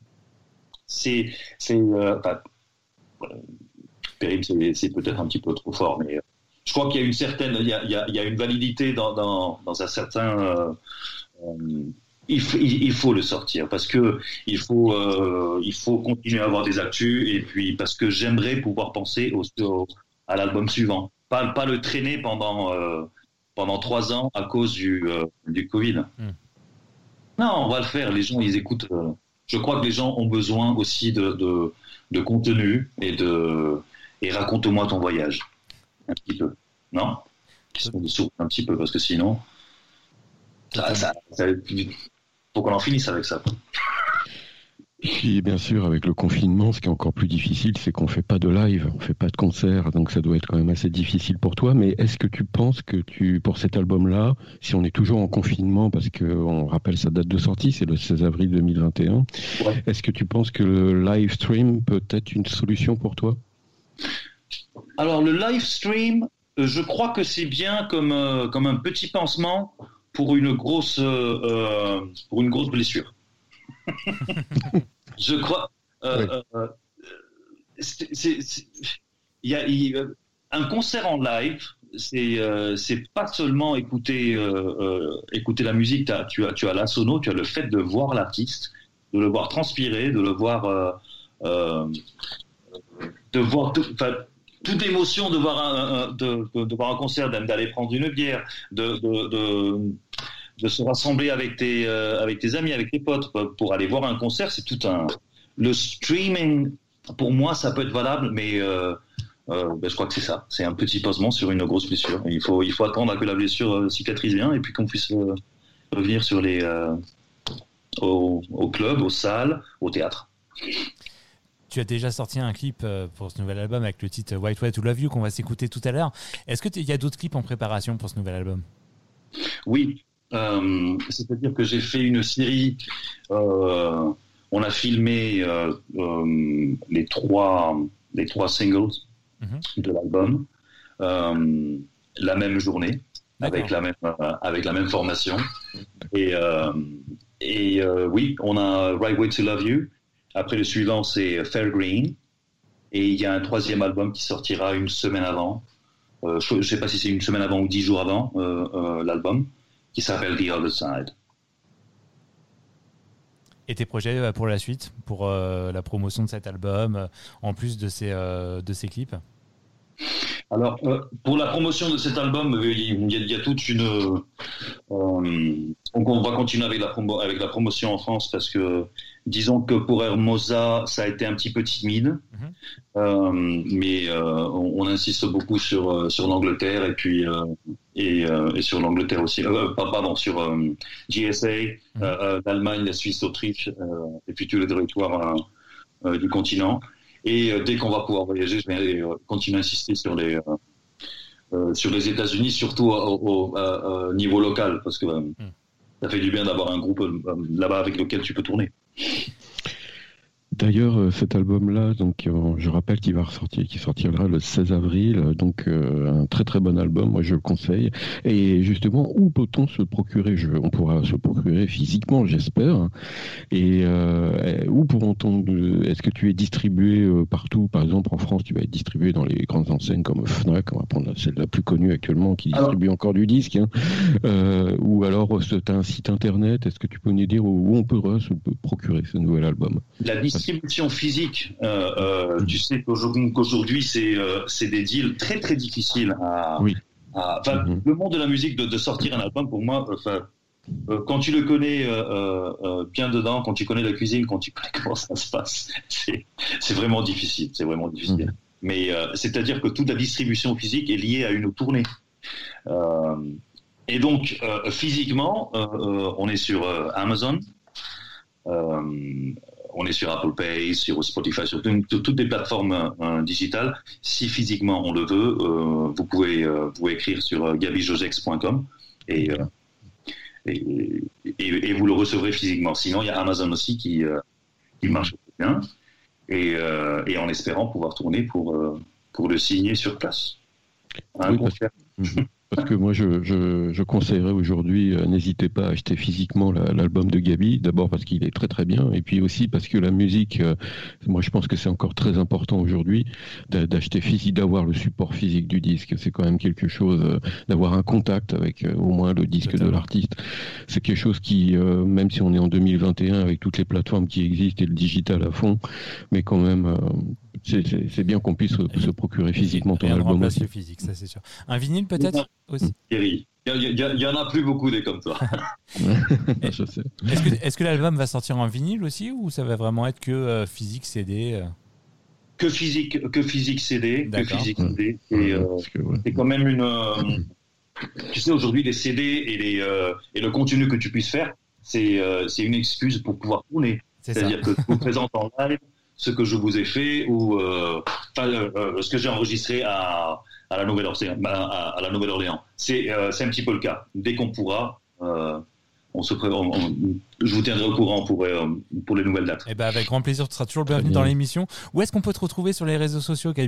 Périme c'est peut-être un petit peu trop fort, mais je crois qu'il y a une certaine il y a une validité dans un certain il faut le sortir parce que il faut continuer à avoir des actus et puis parce que j'aimerais pouvoir penser à l'album suivant, pas le traîner pendant 3 ans à cause du Covid. Non, on va le faire. Les gens ils écoutent. Je crois que les gens ont besoin aussi de contenu et raconte-moi ton voyage un petit peu, non? Un petit peu parce que sinon ça faut qu'on en finisse avec ça. Puis bien sûr, avec le confinement, ce qui est encore plus difficile, c'est qu'on fait pas de live, on fait pas de concert, donc ça doit être quand même assez difficile pour toi. Mais est-ce que tu penses que pour cet album-là, si on est toujours en confinement, parce que on rappelle sa date de sortie, c'est le 16 avril 2021, ouais. Est-ce que tu penses que le live stream peut être une solution pour toi? Alors le live stream, je crois que c'est bien comme un petit pansement pour une grosse blessure. Je crois. Un concert en live, c'est pas seulement écouter la musique. Tu as la sono, tu as le fait de voir l'artiste, de le voir transpirer, de le voir, toute émotion de voir un concert, d'aller prendre une bière, de se rassembler avec tes amis, avec tes potes pour aller voir un concert, c'est tout un. Le streaming, pour moi, ça peut être valable, mais je crois que c'est ça. C'est un petit pansement sur une grosse blessure. Il faut attendre à que la blessure cicatrise bien et puis qu'on puisse revenir sur au club, aux salles, au théâtre. Tu as déjà sorti un clip pour ce nouvel album avec le titre White Way to Love You qu'on va s'écouter tout à l'heure. Est-ce qu'il y a d'autres clips en préparation pour ce nouvel album? Oui. C'est-à-dire que j'ai fait une série, on a filmé les trois singles de l'album la même journée. D'accord. avec la même formation et oui, on a Right Way to Love You. Après le suivant c'est Fair Green et il y a un 3e album qui sortira une semaine avant. Je ne sais pas si c'est une semaine avant ou 10 jours avant l'album, qui s'appelle The Other Side. Et tes projets pour la suite, pour la promotion de cet album, en plus de ces clips? Alors, pour la promotion de cet album, il y a toute une... donc on va continuer avec la promotion en France parce que, disons que pour Hermosa, ça a été un petit peu timide, mais on insiste beaucoup sur l'Angleterre et puis et sur l'Angleterre aussi, sur GSA, l'Allemagne, la Suisse, l'Autriche, et puis tous les territoires du continent. Et dès qu'on va pouvoir voyager, je vais continuer à insister sur les États-Unis, surtout au niveau local, parce que ça fait du bien d'avoir un groupe là-bas avec lequel tu peux tourner. D'ailleurs, cet album-là, donc je rappelle qu'il sortira le 16 avril, donc un très très bon album, moi je le conseille. Et justement, où peut-on se le procurer? On pourra se le procurer physiquement, j'espère. Et où pourront-on? Est-ce que tu es distribué partout? Par exemple, en France, tu vas être distribué dans les grandes enseignes comme Fnac, on va prendre celle la plus connue actuellement, qui distribue encore du disque. Ou alors, tu as un site internet, est-ce que tu peux nous dire où on peut se procurer ce nouvel album? La distribution physique, tu sais qu'aujourd'hui c'est des deals très très difficiles à. Oui. Le monde de la musique de sortir un album, pour moi, quand tu le connais bien dedans, quand tu connais la cuisine, quand tu connais comment ça se passe, c'est vraiment difficile. C'est vraiment difficile. Mais c'est-à-dire que toute la distribution physique est liée à une tournée. Et donc, physiquement, on est sur Amazon, on est sur Apple Pay, sur Spotify, sur toutes les plateformes digitales. Si physiquement on le veut, vous pouvez écrire sur gabijogex.com et vous le recevrez physiquement. Sinon, il y a Amazon aussi qui marche bien, et en espérant pouvoir tourner pour le signer sur place. Un concert. Parce que moi, je conseillerais aujourd'hui, n'hésitez pas à acheter physiquement l'album de Gabi. D'abord parce qu'il est très très bien, et puis aussi parce que la musique, moi je pense que c'est encore très important aujourd'hui d'acheter physique, d'avoir le support physique du disque. C'est quand même quelque chose, d'avoir un contact avec au moins le disque de l'artiste. C'est quelque chose qui, même si on est en 2021 avec toutes les plateformes qui existent et le digital à fond, mais quand même, c'est bien qu'on puisse se procurer physiquement ton album. Le physique, ça c'est sûr. Un vinyle peut-être aussi. Thierry, il y en a plus beaucoup des comme toi. Je sais. Est-ce que l'album va sortir en vinyle aussi, ou ça va vraiment être que physique CD que physique CD. D'accord. Que physique CD. Et c'est quand même une. Tu sais, aujourd'hui, les CD et le contenu que tu puisses faire, c'est une excuse pour pouvoir tourner. C'est-à-dire que je vous présente en live ce que je vous ai fait ou ce que j'ai enregistré à la Nouvelle-Orléans. C'est un petit peu le cas. Dès qu'on pourra, je vous tiendrai au courant pour les nouvelles dates. Et avec grand plaisir, tu seras toujours le bienvenu dans l'émission. Où est-ce qu'on peut te retrouver sur les réseaux sociaux, Gabi ?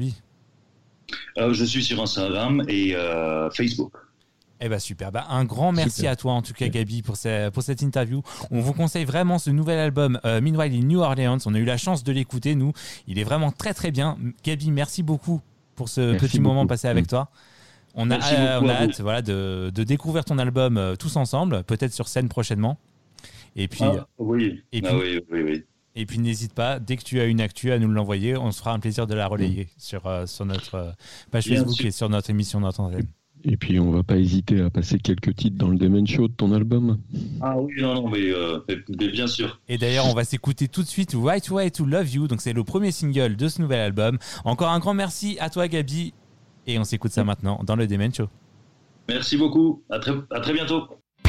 Je suis sur Instagram et Facebook. Super. Un grand merci à toi en tout cas, Gabi, pour cette interview. On vous conseille vraiment ce nouvel album Meanwhile in New Orleans. On a eu la chance de l'écouter, nous. Il est vraiment très très bien. Gabi, merci beaucoup pour ce petit moment passé avec toi. On a hâte de découvrir ton album tous ensemble, peut-être sur scène prochainement. Et puis, oui. Et puis n'hésite pas, dès que tu as une actu, à nous l'envoyer. On se fera un plaisir de la relayer sur notre page Facebook et sur notre émission Notre Antenne. Et puis, on va pas hésiter à passer quelques titres dans le Demen Show de ton album. Ah oui, non, mais bien sûr. Et d'ailleurs, on va s'écouter tout de suite Right Way to Love You. Donc, c'est le premier single de ce nouvel album. Encore un grand merci à toi, Gabi. Et on s'écoute ça maintenant dans le Demen Show. Merci beaucoup. À très bientôt.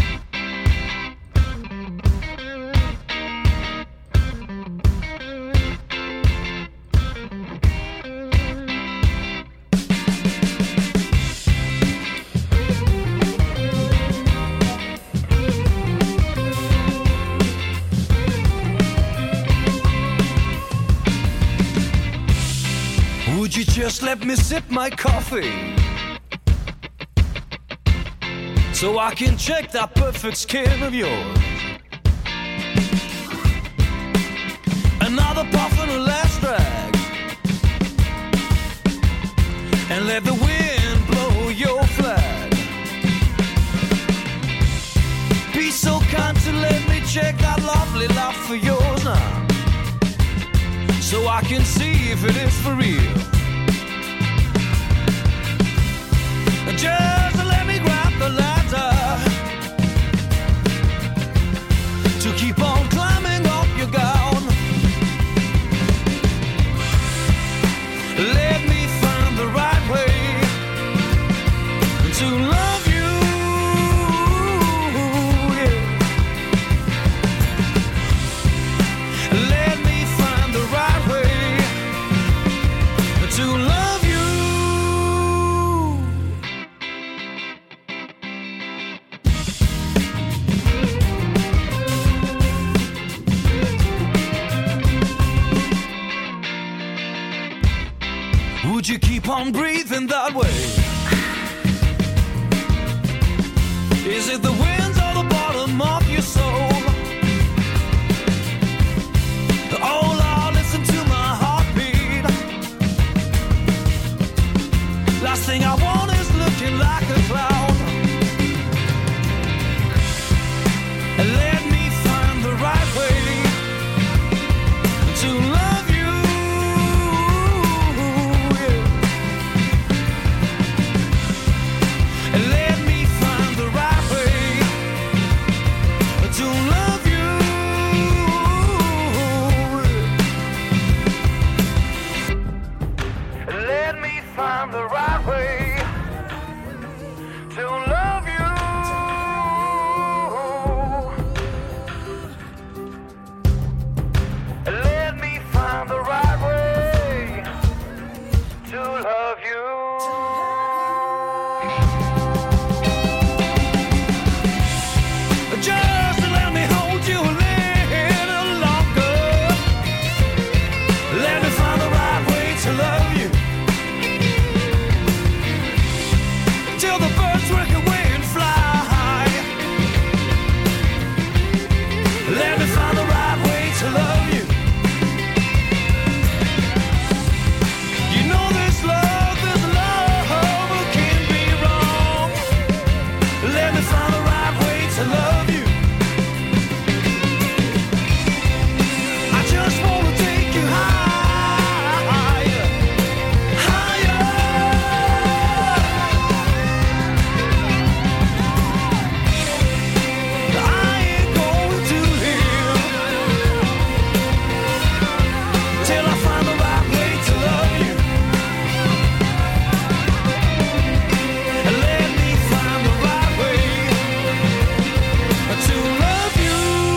Would you just let me sip my coffee so I can check that perfect skin of yours? Another puff and a last drag, and let the wind blow your flag. Be so kind to let me check that lovely laugh of yours now, so I can see if it is for real. Just let me grab the ladder to keep on climbing up your gown. Let me find the right way to love you, yeah. Let me find the right way to love you. Would you keep on breathing that way? Is it the winds or the bottom of your soul? Oh Lord, listen to my heartbeat. Last thing I want is looking like a clown. And let me find the right way to love you. find the right way to love you. Let me find the right way to love you. Just let me hold you a little longer. Let me find the right way to love you. Till the birds work away and fly. Let me find the right way to love you. You know this love can't be wrong. Let me find the right way to love you. I just wanna take you higher, higher. I ain't going to live till I find the right way to love you. Let me find the right way to love you.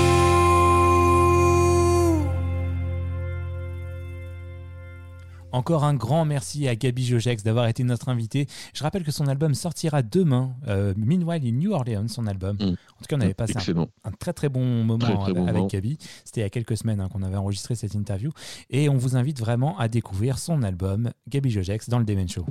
Encore un grand merci à Gaby Jogex d'avoir été notre invitée. Je rappelle que son album sortira demain, Meanwhile in New Orleans, son album. En tout cas, on avait passé un très très bon moment avec Gaby. C'était il y a quelques semaines qu'on avait enregistré cette interview. Et on vous invite vraiment à découvrir son album, Gaby Jogex, dans le Demen Show.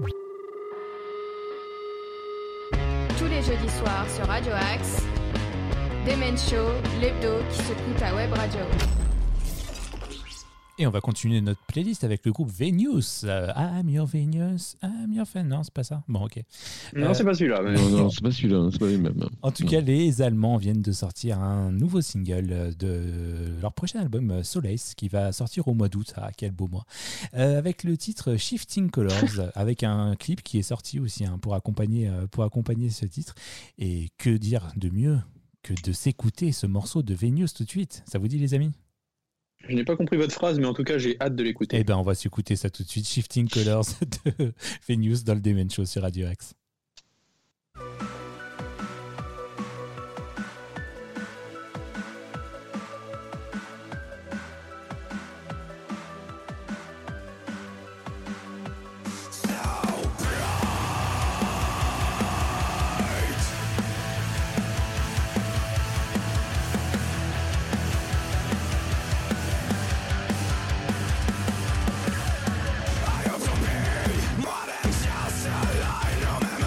Tous les jeudis soirs sur Radio Axe, Demen Show, l'hebdo qui se coûte à Web Radio. Et on va continuer notre playlist avec le groupe Venus. I'm your Venus, I'm your fan. Non, c'est pas ça. Bon, ok. Non, c'est pas celui-là. Mais... Non, c'est pas celui-là, c'est pas les mêmes. En tout cas, les Allemands viennent de sortir un nouveau single de leur prochain album Solace qui va sortir au mois d'août. Ah, quel beau mois. Avec le titre Shifting Colors, avec un clip qui est sorti aussi pour accompagner ce titre. Et que dire de mieux que de s'écouter ce morceau de Venus tout de suite. Ça vous dit, les amis ? Je n'ai pas compris votre phrase, mais en tout cas, j'ai hâte de l'écouter. Eh ben, on va s'écouter ça tout de suite. Shifting Colors de Venus dans le Demen Show sur Radio Axe. I have to be more than just a line of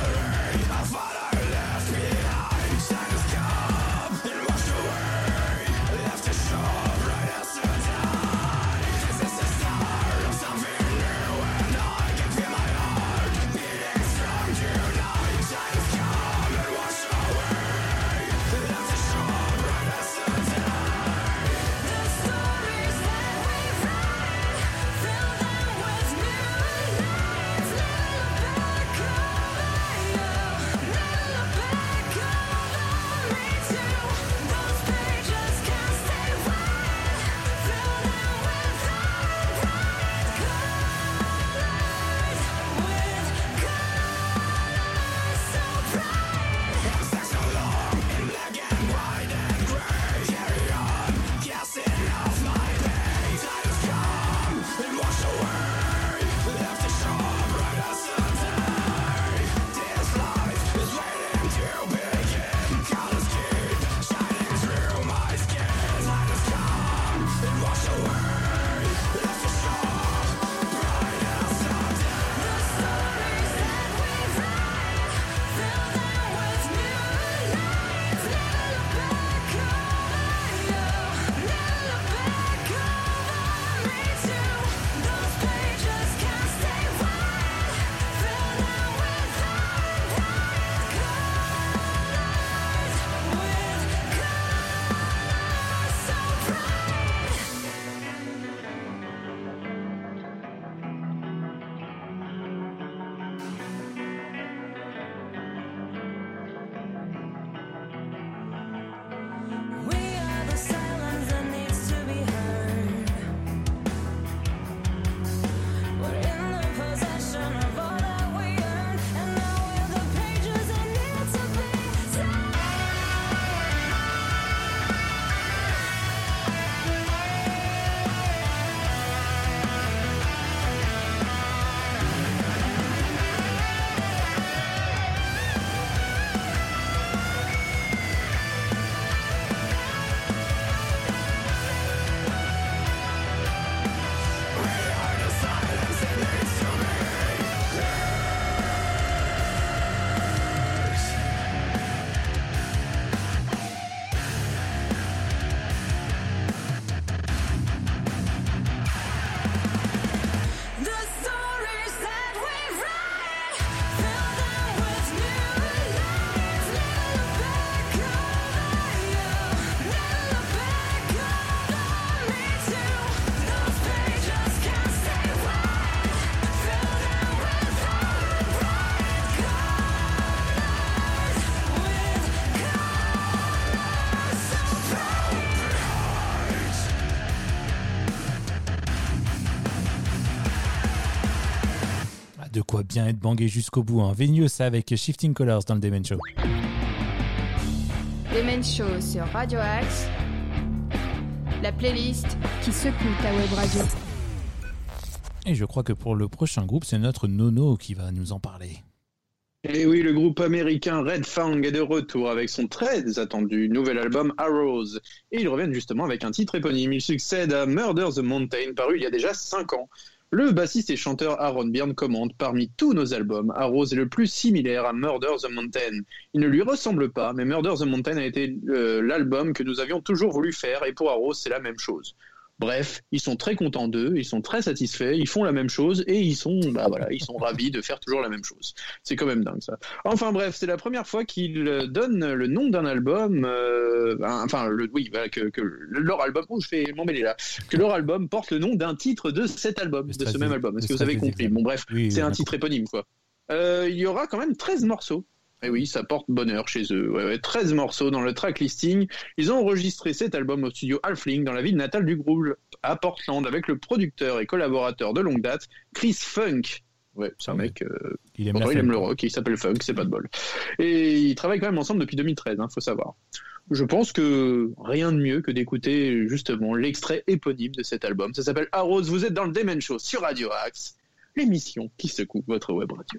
bien être bangé jusqu'au bout. Hein. Venue, ça avec Shifting Colors dans le Demen Show. Demen Show sur Radio Axe, la playlist qui secoue ta web radio. Et je crois que pour le prochain groupe, c'est notre Nono qui va nous en parler. Et oui, le groupe américain Red Fang est de retour avec son très attendu nouvel album Arrows. Et ils reviennent justement avec un titre éponyme. Il succède à Murder the Mountain, paru il y a déjà 5 ans. Le bassiste et chanteur Aaron Byrne commente: parmi tous nos albums, Arrows est le plus similaire à Murder the Mountain. Il ne lui ressemble pas, mais Murder the Mountain a été l'album que nous avions toujours voulu faire, et pour Arrows, c'est la même chose. Bref, ils sont très contents d'eux, ils sont très satisfaits, ils font la même chose et ils sont ravis de faire toujours la même chose. C'est quand même dingue ça. Enfin bref, c'est la première fois qu'ils donnent le nom d'un album, que leur album, je vais m'emmêler là, que leur album porte le nom d'un titre de cet album, de ce même album. Est-ce que vous avez compris ? Bon bref, c'est un titre éponyme quoi. Il y aura quand même 13 morceaux. Et oui, ça porte bonheur chez eux. 13 morceaux dans le track listing. Ils ont enregistré cet album au studio Halfling dans la ville natale du groupe, à Portland, avec le producteur et collaborateur de longue date, Chris Funk. Ouais, c'est un mec, il aime le rock, il s'appelle Funk, c'est pas de bol. Et ils travaillent quand même ensemble depuis 2013, faut savoir. Je pense que rien de mieux que d'écouter justement l'extrait éponyme de cet album. Ça s'appelle Arrows, vous êtes dans le Demen Show sur Radio Axe, l'émission qui secoue votre web radio.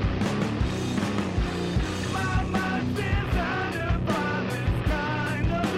My mind spins under by this kind of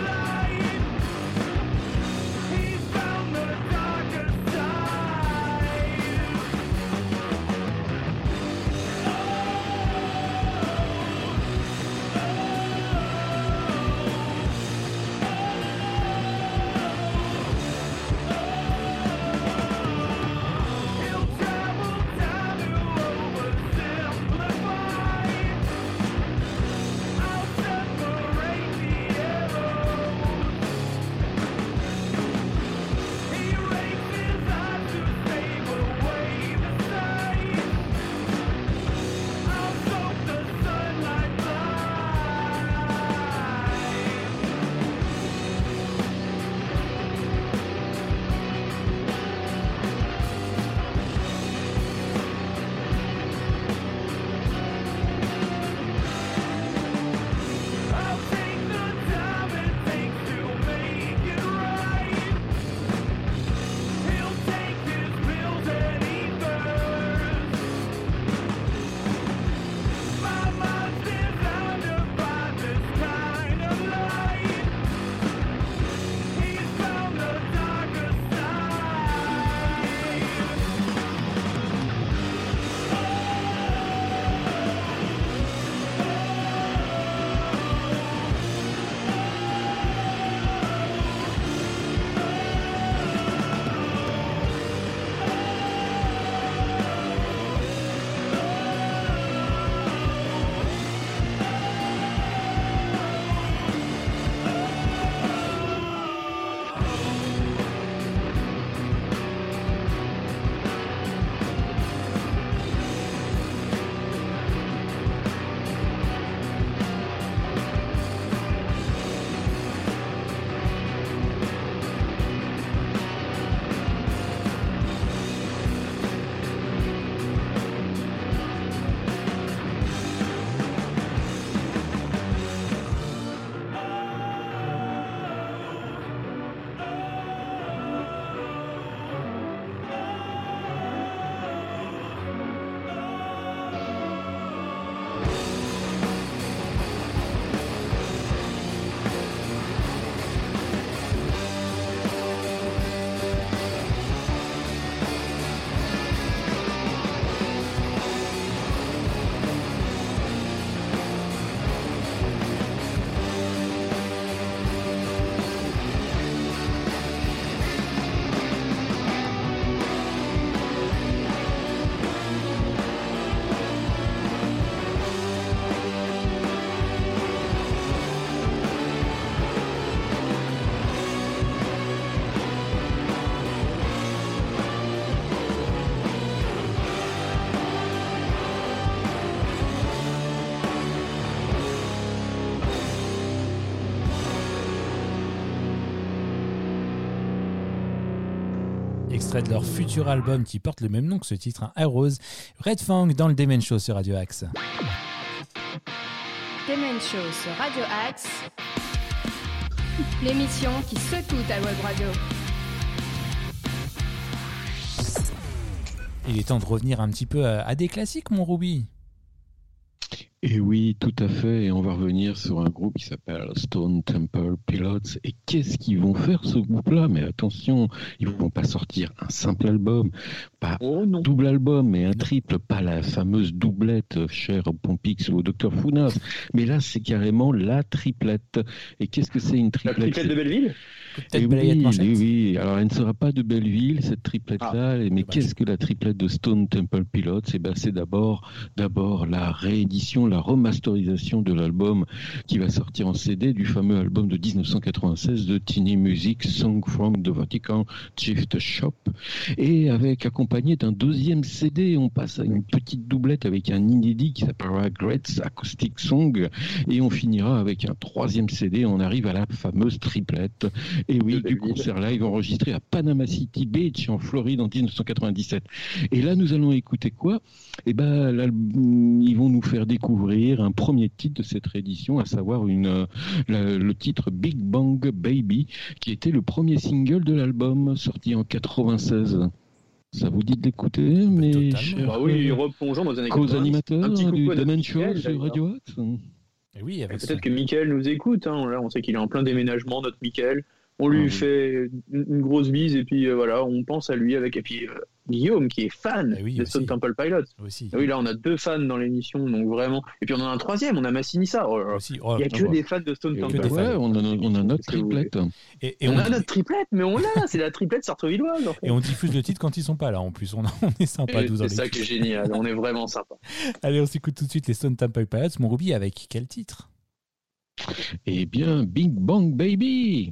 extrait de leur futur album qui porte le même nom que ce titre, hein, Heroes. Red Fang dans le Demen Show sur Radio Axe. Demen Show sur Radio Axe, l'émission qui secoue ta web radio. Il est temps de revenir un petit peu à des classiques, mon Ruby. Et oui, tout à fait. Et on va revenir sur un groupe qui s'appelle Stone Temple Pilots. Et qu'est-ce qu'ils vont faire, ce groupe-là? Mais attention, ils ne vont pas sortir un simple album, pas double album, mais un triple, pas la fameuse doublette chère au Pompix ou au Dr Founas. Mais là, c'est carrément la triplette. Et qu'est-ce que c'est une triplette? La triplette de Belleville? Oui. Alors, elle ne sera pas de Belleville, cette triplette-là. Mais qu'est-ce que la triplette de Stone Temple Pilots? C'est d'abord la réédition, la remasterisation de l'album qui va sortir en CD du fameux album de 1996 de Tiny Music, Song from the Vatican Gift Shop, et accompagné d'un deuxième CD. On passe à une petite doublette avec un inédit qui s'appellera Great Acoustic Song, et on finira avec un troisième CD. On arrive à la fameuse triplette, et oui, du concert live enregistré à Panama City Beach en Floride en 1997. Et là, nous allons écouter quoi? Ils vont nous faire découvrir un premier titre de cette réédition, à savoir le titre Big Bang Baby, qui était le premier single de l'album, sorti en 96. Ça vous dit de l'écouter, mes chers replongeons dans les co-animateurs du Demen Show sur Radio Axe? Oui, peut-être que Mickaël nous écoute. Là, on sait qu'il est en plein déménagement, notre Mickaël. On lui fait une grosse bise et puis voilà, on pense à lui avec. Et puis Guillaume qui est fan de Stone Temple Pilots. Oui, là on a 2 fans dans l'émission, donc vraiment. Et puis on en a un troisième, on a Massinissa. Il n'y a que des fans de Stone Temple. Ouais, on a notre triplette. Et on a notre triplette, mais c'est la triplette sartrevilloise. En fait. Et on diffuse le titre quand ils sont pas là. En plus, on est sympa. C'est ça qui est génial. On est vraiment sympa. Allez, on s'écoute tout de suite les Stone Temple Pilots. Mon Ruby, avec quel titre? Eh bien, Big Bang Baby.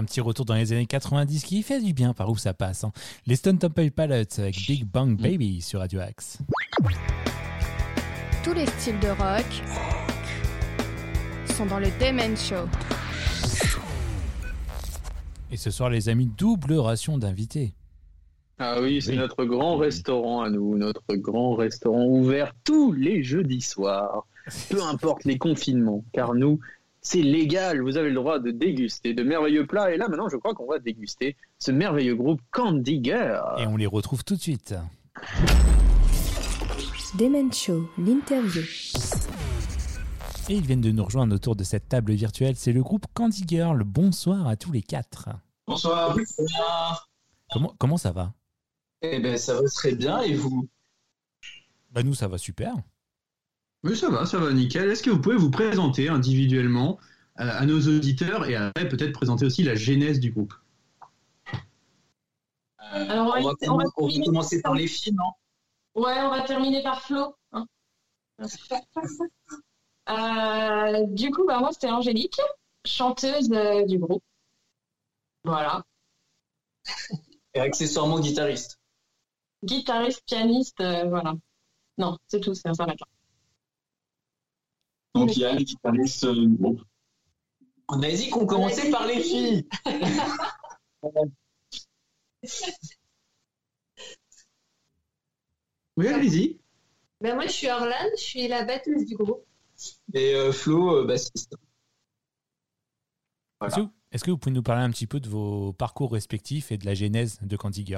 petit retour dans les années 90 qui fait du bien par où ça passe. Hein. Les Stone Temple Pilots avec Big Bang Baby sur Radio Axe. Tous les styles de rock sont dans le Demen Show. Et ce soir, les amis, double ration d'invités. Ah oui, c'est notre grand restaurant à nous, notre grand restaurant ouvert tous les jeudis soirs, peu importe les confinements, car nous, c'est légal, vous avez le droit de déguster de merveilleux plats. Et là, maintenant, je crois qu'on va déguster ce merveilleux groupe Candy Girl. Et on les retrouve tout de suite. Demen Show, l'interview. Et ils viennent de nous rejoindre autour de cette table virtuelle. C'est le groupe Candy Girl. Bonsoir à tous les quatre. Bonsoir. Comment ça va ? Eh ben, ça va très bien, et vous ? Bah nous, ça va super. Oui, ça va nickel. Est-ce que vous pouvez vous présenter individuellement à nos auditeurs et après peut-être présenter aussi la genèse du groupe ? Alors, on va commencer par les filles, non ? Ouais, on va terminer par Flo. Hein. Du coup, moi, c'était Angélique, chanteuse du groupe. Voilà. Et accessoirement guitariste. Guitariste, pianiste, voilà. Non, c'est tout, ça va. Donc, il y a les guitaristes du groupe. On a dit qu'on commençait par les filles. Oui, allez-y. Moi, je suis Orlane, je suis la batteuse du groupe. Et Flo, bassiste. Voilà. Est-ce que vous pouvez nous parler un petit peu de vos parcours respectifs et de la genèse de Candy Girl ?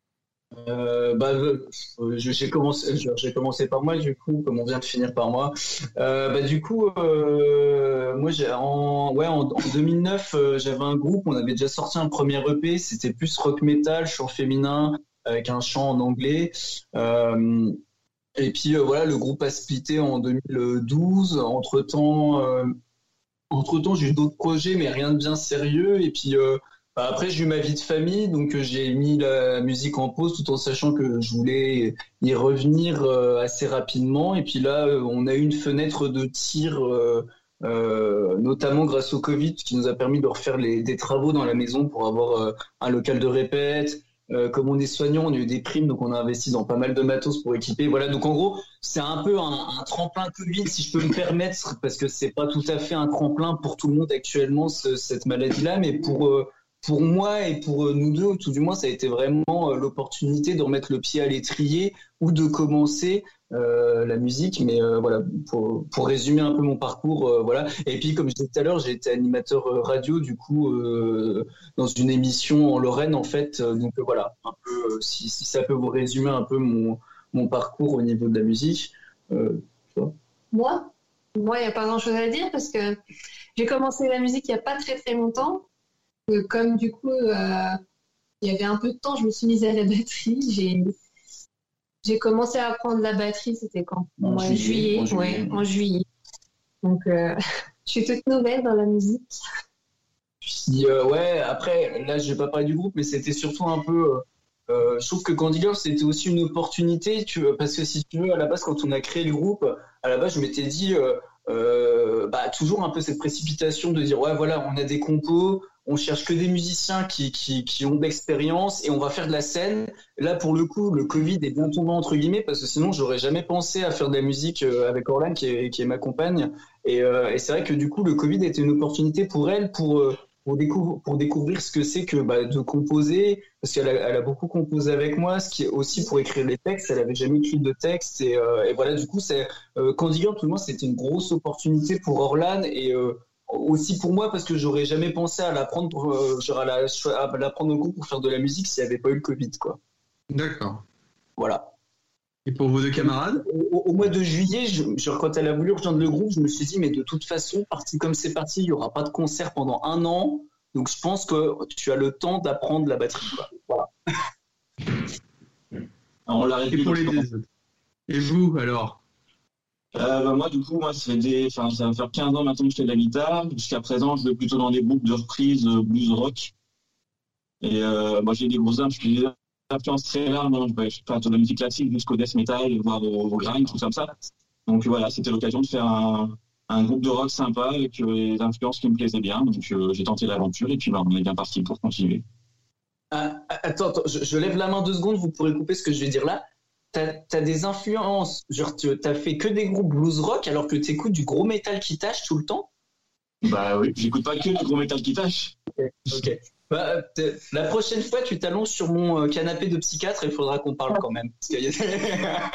J'ai commencé par moi, du coup, comme on vient de finir par moi. Moi, en 2009, j'avais un groupe, on avait déjà sorti un premier EP, c'était plus rock metal, chant féminin, avec un chant en anglais. Et puis le groupe a splitté en 2012. Entre-temps, j'ai eu d'autres projets, mais rien de bien sérieux. Et puis après, j'ai eu ma vie de famille, donc j'ai mis la musique en pause tout en sachant que je voulais y revenir assez rapidement. Et puis là, on a eu une fenêtre de tir, notamment grâce au Covid, qui nous a permis de refaire des travaux dans la maison pour avoir un local de répète. Comme on est soignant, on a eu des primes, donc on a investi dans pas mal de matos pour équiper. Voilà, donc en gros, c'est un peu un tremplin Covid, si je peux me permettre, parce que c'est pas tout à fait un tremplin pour tout le monde actuellement, cette maladie-là, mais pour moi et pour nous deux, tout du moins, ça a été vraiment l'opportunité de remettre le pied à l'étrier ou de commencer la musique. Mais voilà, pour résumer un peu mon parcours, voilà. Et puis, comme je disais tout à l'heure, j'ai été animateur radio, du coup, dans une émission en Lorraine, en fait. Donc voilà, un peu, si ça peut vous résumer un peu mon parcours au niveau de la musique. Moi, il n'y a pas grand-chose à dire parce que j'ai commencé la musique il n'y a pas très très longtemps. Comme du coup, il y avait un peu de temps, je me suis mise à la batterie. J'ai commencé à apprendre la batterie, c'était quand ? En juillet. En juillet. Donc, je suis toute nouvelle dans la musique. Puis, après, là, je vais pas parler du groupe, mais c'était surtout un peu... je trouve que Candy Girl, c'était aussi une opportunité, parce que si tu veux, à la base, quand on a créé le groupe, à la base, je m'étais dit... toujours un peu cette précipitation de dire, on a des compos, on cherche que des musiciens qui ont de l'expérience et on va faire de la scène. Là, pour le coup, le Covid est bien tombé entre guillemets parce que sinon, j'aurais jamais pensé à faire de la musique avec Orlane qui est ma compagne. Et c'est vrai que du coup, le Covid était une opportunité pour elle pour découvrir ce que c'est que de composer, parce qu'elle a beaucoup composé avec moi, ce qui est aussi pour écrire les textes. Elle avait jamais écrit de texte et voilà, du coup, c'est Candy Girl, tout le monde, c'était une grosse opportunité pour Orlane et aussi pour moi parce que j'aurais jamais pensé à l'apprendre à l'apprendre au groupe pour faire de la musique s'il n'y avait pas eu le Covid, quoi. D'accord. Voilà. Et pour vos deux camarades ? Au mois de juillet, quand elle a voulu rejoindre le groupe, je me suis dit, mais de toute façon, parti comme c'est parti, il n'y aura pas de concert pendant 1 an. Donc, je pense que tu as le temps d'apprendre la batterie, quoi. Voilà. Alors, on l'a répété pour les deux autres. Et vous, alors ? Moi, du coup, ça va faire 15 ans maintenant que je fais de la guitare. Jusqu'à présent, je vais plutôt dans des groupes de reprises blues rock. Et j'ai des grosses influences très larges. Je vais faire de la musique classique jusqu'au death metal, voire au grind, tout comme ça. Donc voilà, c'était l'occasion de faire un groupe de rock sympa avec des influences qui me plaisaient bien. Donc j'ai tenté l'aventure et puis on est bien parti pour continuer. Attends, je lève la main 2 secondes, vous pourrez couper ce que je vais dire là. T'as des influences, genre t'as fait que des groupes blues rock alors que t'écoutes du gros métal qui tâche tout le temps? Bah oui, j'écoute pas que du gros métal qui tâche. Ok. Bah, la prochaine fois, tu t'allonges sur mon canapé de psychiatre et il faudra qu'on parle quand même. Parce qu'il y a...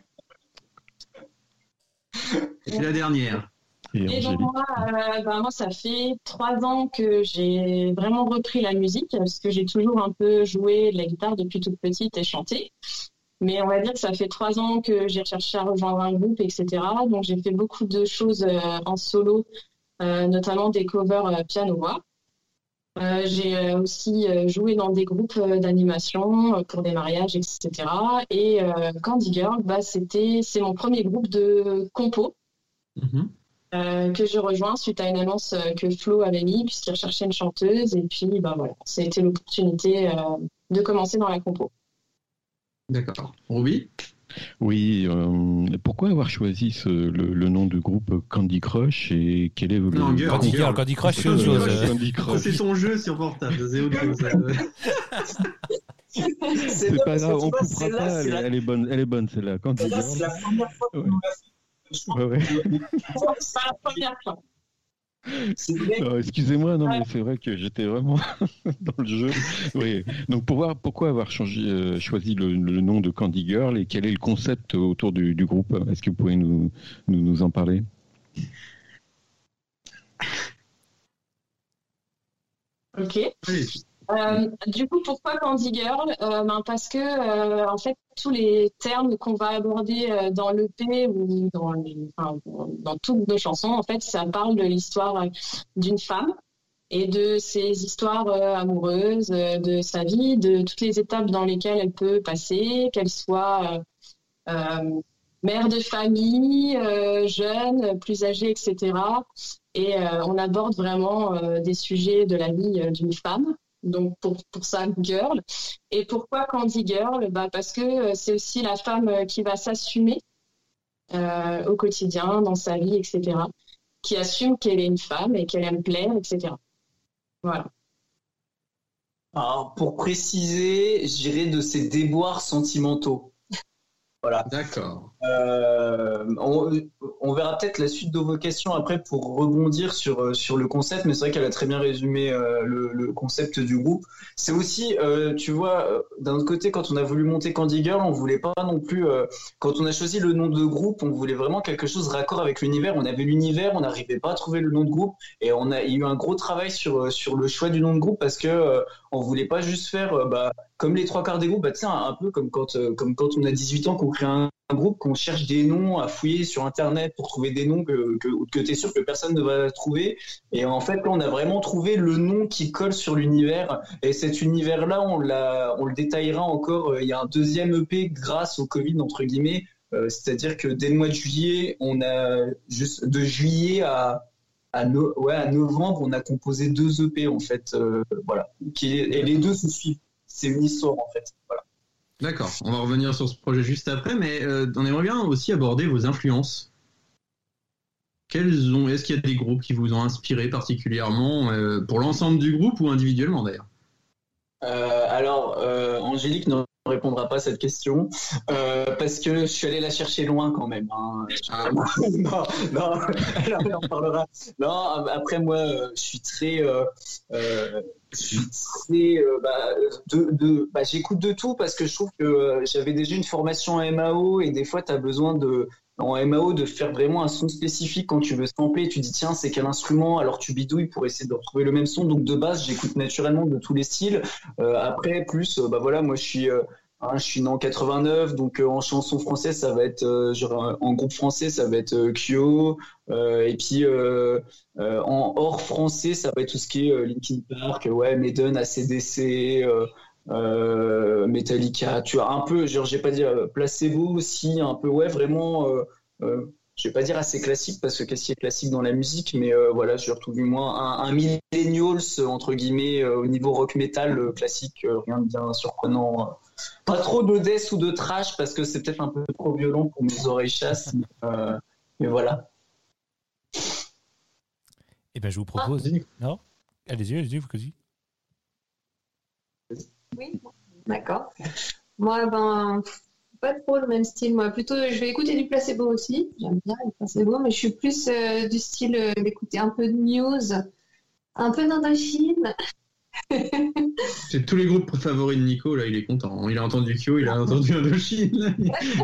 C'est la dernière. Et donc moi, ça fait 3 ans que j'ai vraiment repris la musique parce que j'ai toujours un peu joué de la guitare depuis toute petite et chanté. Mais on va dire que ça fait 3 ans que j'ai cherché à rejoindre un groupe, etc. Donc j'ai fait beaucoup de choses en solo, notamment des covers piano-voix. J'ai aussi joué dans des groupes d'animation pour des mariages, etc. Et Candy Girl, c'est mon premier groupe de compo. Que j'ai rejoint suite à une annonce que Flo avait mis puisqu'il recherchait une chanteuse et puis voilà, ça a été l'opportunité de commencer dans la compo. D'accord. Ruby ? Oui, pourquoi avoir choisi le nom de groupe Candy Crush et quel est le... Non, Candy Crush, c'est autre chose. Candy Crush. C'est ton jeu sur portable, c'est autre chose. C'est pas grave, on coupera pas, elle est bonne celle-là. Candy Girl. C'est la première fois qu'on l'a fait. Ouais. C'est pas la première fois. Excusez-moi, non, mais c'est vrai que j'étais vraiment dans le jeu. Oui. Donc, pourquoi avoir choisi le nom de Candy Girl et quel est le concept autour du groupe? Est-ce que vous pouvez nous en parler? Ok. Du coup, pourquoi Candy Girl? Parce que en fait, tous les termes qu'on va aborder dans l'EP ou dans toutes nos chansons, en fait, ça parle de l'histoire d'une femme et de ses histoires amoureuses, de sa vie, de toutes les étapes dans lesquelles elle peut passer, qu'elle soit mère de famille, jeune, plus âgée, etc. Et on aborde vraiment des sujets de la vie d'une femme. Donc pour ça girl. Et pourquoi Candy Girl? Parce que c'est aussi la femme qui va s'assumer au quotidien, dans sa vie, etc. Qui assume qu'elle est une femme et qu'elle aime plaire, etc. Voilà. Alors, pour préciser, je dirais de ses déboires sentimentaux. Voilà. D'accord. On verra peut-être la suite de vos questions après pour rebondir sur le concept, mais c'est vrai qu'elle a très bien résumé le concept du groupe. C'est aussi, tu vois, d'un autre côté, quand on a voulu monter Candy Girl, on voulait pas non plus, quand on a choisi le nom de groupe, on voulait vraiment quelque chose raccord avec l'univers. On avait l'univers, on n'arrivait pas à trouver le nom de groupe, et il y a eu un gros travail sur le choix du nom de groupe parce que on voulait pas juste faire comme les 3/4 des groupes, tu sais, un peu comme quand on a 18 ans, qu'on crée un groupe, qu'on cherche des noms à fouiller sur Internet pour trouver des noms que tu es sûr que personne ne va trouver. Et en fait, là, on a vraiment trouvé le nom qui colle sur l'univers. Et cet univers-là, on le détaillera encore. Il y a un deuxième EP grâce au Covid, entre guillemets. C'est-à-dire que dès le mois de juillet, on a juste de juillet à novembre, on a composé 2 EP, en fait. Voilà. Et les 2 se suivent. C'est une histoire, en fait. Voilà. D'accord, on va revenir sur ce projet juste après, mais on aimerait bien aussi aborder vos influences. Est-ce qu'il y a des groupes qui vous ont inspiré particulièrement pour l'ensemble du groupe ou individuellement d'ailleurs? Alors, Angélique ne répondra pas à cette question parce que je suis allé la chercher loin quand même. Hein. Non, alors on en parlera. Non, après moi, je suis très j'écoute de tout parce que je trouve que j'avais déjà une formation en MAO et des fois tu as besoin en MAO de faire vraiment un son spécifique quand tu veux sampler, tu dis tiens c'est quel instrument, alors tu bidouilles pour essayer de retrouver le même son, donc de base j'écoute naturellement de tous les styles. Après plus voilà, moi je suis né en 89, donc en chanson française ça va être en groupe français ça va être Kyo, et puis en hors français ça va être tout ce qui est Linkin Park, Maiden, AC/DC, Metallica, tu vois, un peu, genre j'ai pas dit Placebo aussi, un peu, vraiment, je vais pas dire assez classique parce que qu'est-ce qui est classique dans la musique, mais voilà, je retrouve du moins un millennials entre guillemets au niveau rock metal classique, rien de bien surprenant. Pas trop de death ou de trash parce que c'est peut-être un peu trop violent pour mes oreilles chasses, mais voilà. Eh ben, je vous propose. Non, allez-y, vous aussi. Oui, d'accord. Moi, pas trop le même style. Moi, plutôt, je vais écouter du Placebo aussi. J'aime bien le Placebo, mais je suis plus du style d'écouter un peu de Muse, un peu d'Indochine. C'est tous les groupes favoris de Nico, là, il est content. Il a entendu Kyo, il a entendu Indochine.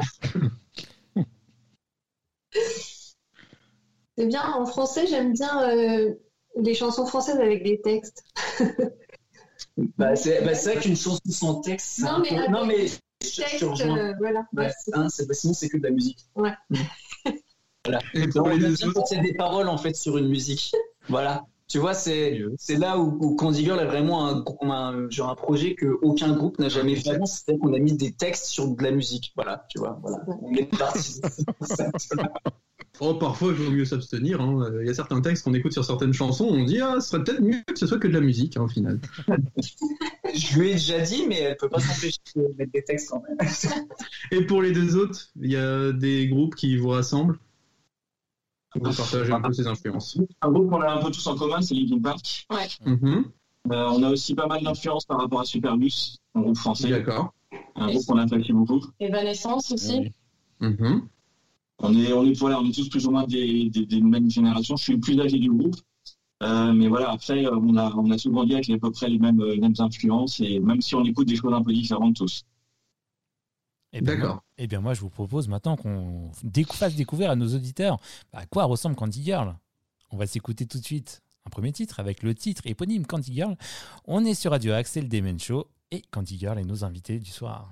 C'est bien, en français, j'aime bien les chansons françaises avec des textes. C'est vrai qu'une chanson sans texte, Non, mais je te rejoins. Voilà. Sinon, c'est que de la musique. Ouais. Voilà. Et pour les deux autres, c'est des paroles en fait sur une musique. Voilà. Tu vois, c'est là où Candy Girl est vraiment un projet que aucun groupe n'a jamais fait avant. C'est-à-dire qu'on a mis des textes sur de la musique. Voilà, tu vois. Voilà. On est parti. Parfois, il vaut mieux s'abstenir. Hein. Il y a certains textes qu'on écoute sur certaines chansons, on dit ce serait peut-être mieux que ce soit que de la musique, au final. Je lui ai déjà dit, mais elle peut pas s'empêcher de mettre des textes quand même. Et pour les deux autres, il y a des groupes qui vous rassemblent. Vous partagez un peu ces influences. Un groupe qu'on a un peu tous en commun, c'est Linkin Park. Ouais. On a aussi pas mal d'influence par rapport à Superbus, un groupe français. D'accord. Un groupe qu'on apprécie beaucoup. Evanescence aussi. On est tous plus ou moins des mêmes générations. Je suis le plus âgé du groupe. Mais voilà, après, on a souvent dit avec à peu près les mêmes influences, et même si on écoute des choses un peu différentes tous. D'accord. Eh bien, moi, je vous propose maintenant qu'on fasse découvrir à nos auditeurs à quoi ressemble Candy Girl. On va s'écouter tout de suite un premier titre avec le titre éponyme Candy Girl. On est sur Radio Axe, c'est le Demen Show, et Candy Girl est nos invités du soir.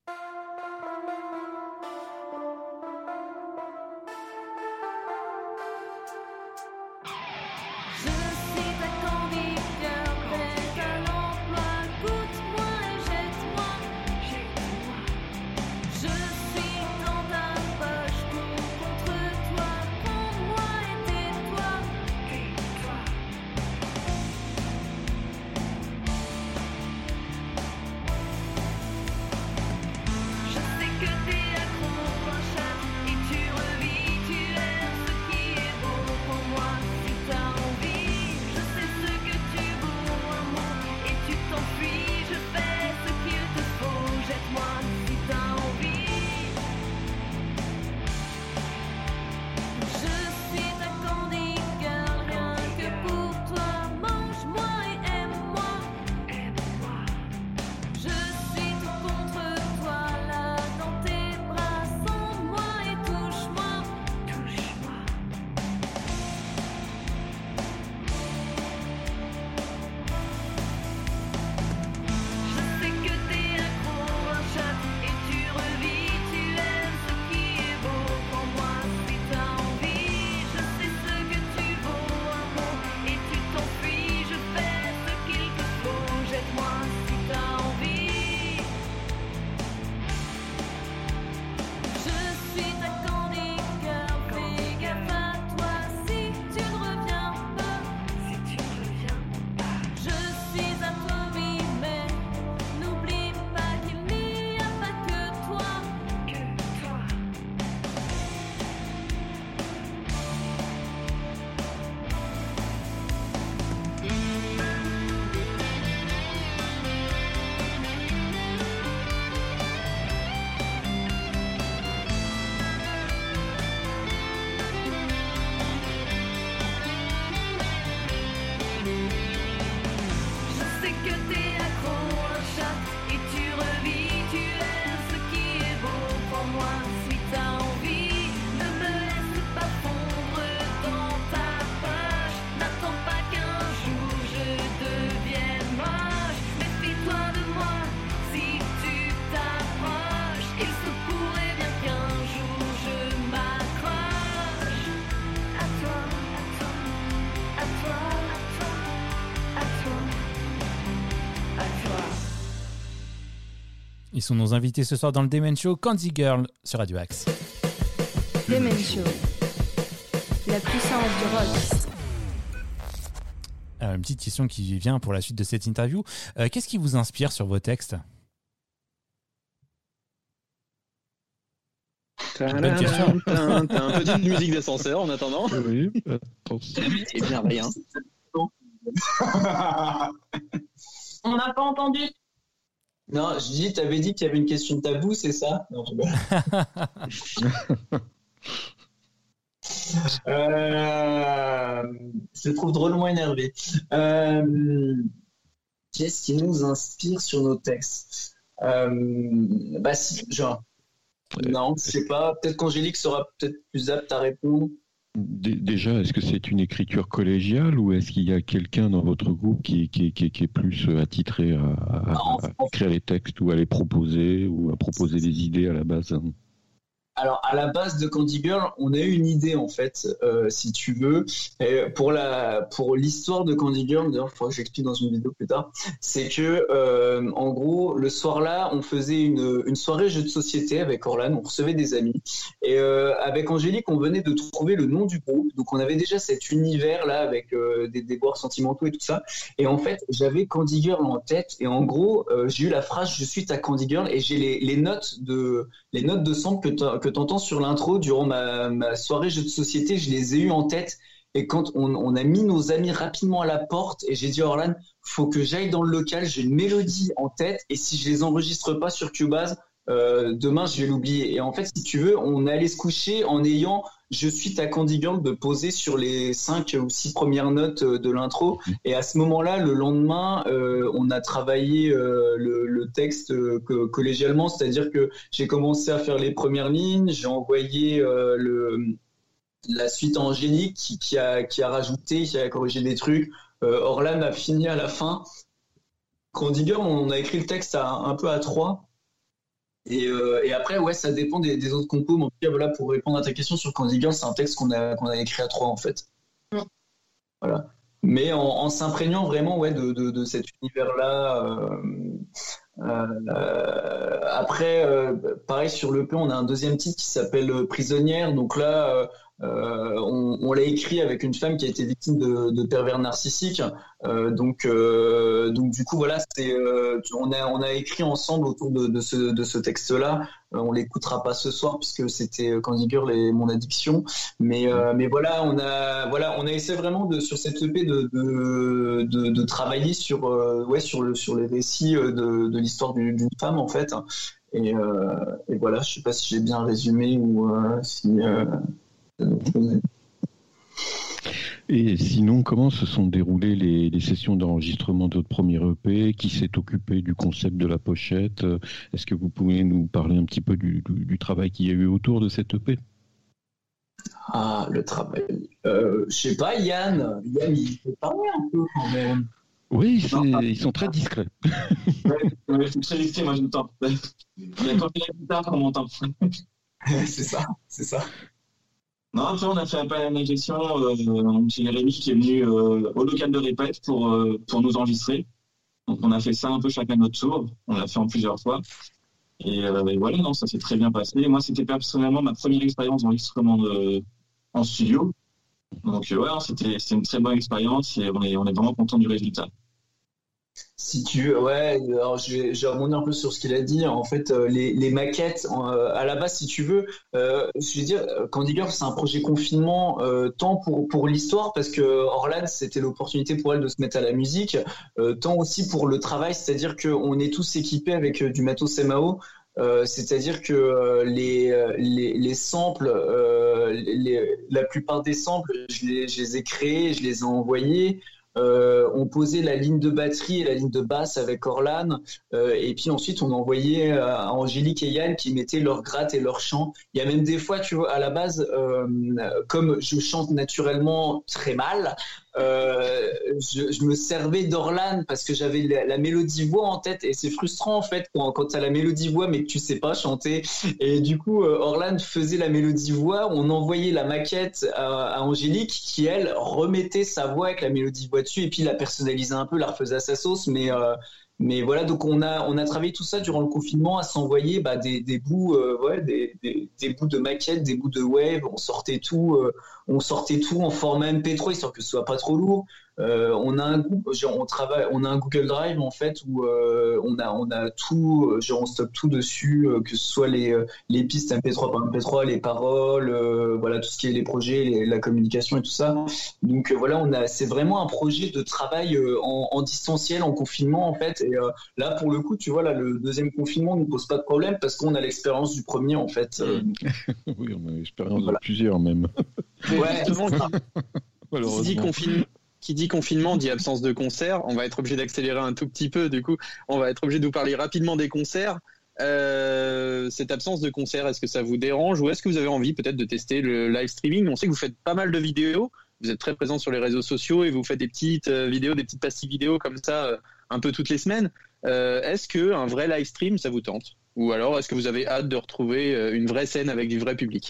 Ils sont nos invités ce soir dans le Demen Show, Candy Girl sur Radio Axe. Demen Show, la puissance du rock. Alors, une petite question qui vient pour la suite de cette interview. Qu'est-ce qui vous inspire sur vos textes ? Bonne question. T'as un petite musique d'ascenseur en attendant. Oui. C'est bien rien. On n'a pas entendu. Non, je dis, t'avais dit qu'il y avait une question tabou, c'est ça? Non, je trouve drôlement énervé. Qu'est-ce qui nous inspire sur nos textes? Genre. Non, je sais pas. Peut-être qu'Angélique sera peut-être plus apte à répondre. Déjà, est-ce que c'est une écriture collégiale ou est-ce qu'il y a quelqu'un dans votre groupe qui est plus attitré à écrire les textes ou à les proposer ou à proposer des idées à la base? Alors, à la base de Candy Girl, on a eu une idée, en fait, si tu veux. Et pour l'histoire de Candy Girl, d'ailleurs, il faudra que j'explique dans une vidéo plus tard, c'est que, en gros, le soir-là, on faisait une soirée jeu de société avec Orlan, on recevait des amis. Et avec Angélique, on venait de trouver le nom du groupe. Donc, on avait déjà cet univers-là avec des déboires sentimentaux et tout ça. Et en fait, j'avais Candy Girl en tête. Et en gros, j'ai eu la phrase « Je suis ta Candy Girl » et j'ai les notes de sample que t'entends sur l'intro durant ma soirée jeu de société, je les ai eues en tête. Et quand on a mis nos amis rapidement à la porte et j'ai dit à Orlan, faut que j'aille dans le local, j'ai une mélodie en tête et si je les enregistre pas sur Cubase, demain je vais l'oublier. Et en fait, si tu veux, on allait se coucher en ayant Je suis ta Candy Girl de poser sur les 5 ou 6 premières notes de l'intro. Et à ce moment-là, le lendemain, on a travaillé le texte collégialement, c'est-à-dire que j'ai commencé à faire les premières lignes, j'ai envoyé la suite à Angélique qui a rajouté, qui a corrigé des trucs. Orlan a fini à la fin. Candy Girl, on a écrit le texte un peu à 3. Et après, ouais, ça dépend des autres compos. Mais en tout cas, voilà, pour répondre à ta question sur Candy Girl, c'est un texte qu'on a écrit à 3 en fait. Voilà. Mais en s'imprégnant vraiment, ouais, de cet univers-là. Après, pareil sur l'EP, on a un deuxième titre qui s'appelle Prisonnière. Donc là, on l'a écrit avec une femme qui a été victime de pervers narcissiques. Donc du coup voilà, on a écrit ensemble autour de ce texte-là. On l'écoutera pas ce soir puisque c'était Candy Girl et mon addiction. Mais voilà, on a essayé vraiment sur cette EP de travailler sur les récits de l'histoire d'une femme en fait. Et voilà, je sais pas si j'ai bien résumé ou si. Et sinon, comment se sont déroulées les sessions d'enregistrement de votre premier EP? Qui s'est occupé du concept de la pochette? Est-ce que vous pouvez nous parler un petit peu du travail qu'il y a eu autour de cette EP? Ah, le travail. Je sais pas, Yann, il peut parler un peu quand même. Oui, ils sont très discrets. Ouais, je suis très discret, moi je m'entends. Quand il y a la guitare, on m'entend. C'est ça. Non, après, on a fait appel à la gestion chez Jérémy qui est venu au local de répète pour nous enregistrer. Donc, on a fait ça un peu chacun notre tour. On l'a fait en plusieurs fois. Et voilà, non, ça s'est très bien passé. Moi, c'était personnellement ma première expérience d'enregistrement en studio. Donc, ouais, c'était une très bonne expérience et on est vraiment content du résultat. Si tu veux, ouais, alors je vais rebondir un peu sur ce qu'il a dit. En fait, les maquettes, à la base, si tu veux, je veux dire, Candy Girl, c'est un projet confinement, tant pour l'histoire, parce que Orlan, c'était l'opportunité pour elle de se mettre à la musique, tant aussi pour le travail, c'est-à-dire qu'on est tous équipés avec du matos MAO. C'est-à-dire que les samples, la plupart des samples, je les ai créés, je les ai envoyés. On posait la ligne de batterie et la ligne de basse avec Orlan, et puis ensuite on envoyait à Angélique et Yann qui mettaient leur gratte et leur chant. Il y a même des fois, tu vois, à la base, comme je chante naturellement très mal, je me servais d'Orlan parce que j'avais la mélodie voix en tête, et c'est frustrant en fait quand tu as la mélodie voix mais que tu sais pas chanter. Et du coup, Orlan faisait la mélodie voix, on envoyait la maquette à Angélique qui elle remettait sa voix avec la mélodie voix dessus et puis la personnalisait un peu, la refaisait à sa sauce. Mais voilà, donc on a travaillé tout ça durant le confinement à s'envoyer des bouts, des bouts de maquettes, des bouts de wave. On sortait tout en format MP3 histoire que ce soit pas trop lourd. On a un groupe, on a un Google Drive en fait où on a tout, on stocke tout dessus, que ce soit les pistes MP3 par MP3, les paroles, voilà tout ce qui est les projets, la communication et tout ça. Donc voilà, c'est vraiment un projet de travail en distanciel, en confinement en fait. Et là pour le coup, tu vois là, le deuxième confinement ne nous pose pas de problème parce qu'on a l'expérience du premier en fait. Oui, on a l'expérience de plusieurs même. Ouais. Qui dit confinement dit absence de concert. On va être obligé d'accélérer un tout petit peu. Du coup, on va être obligé de vous parler rapidement des concerts. Cette absence de concert, est-ce que ça vous dérange ou est-ce que vous avez envie peut-être de tester le live streaming? On sait que vous faites pas mal de vidéos. Vous êtes très présent sur les réseaux sociaux et vous faites des petites vidéos, des petites pastilles vidéo comme ça un peu toutes les semaines. Est-ce que un vrai live stream, ça vous tente? Ou alors est-ce que vous avez hâte de retrouver une vraie scène avec du vrai public?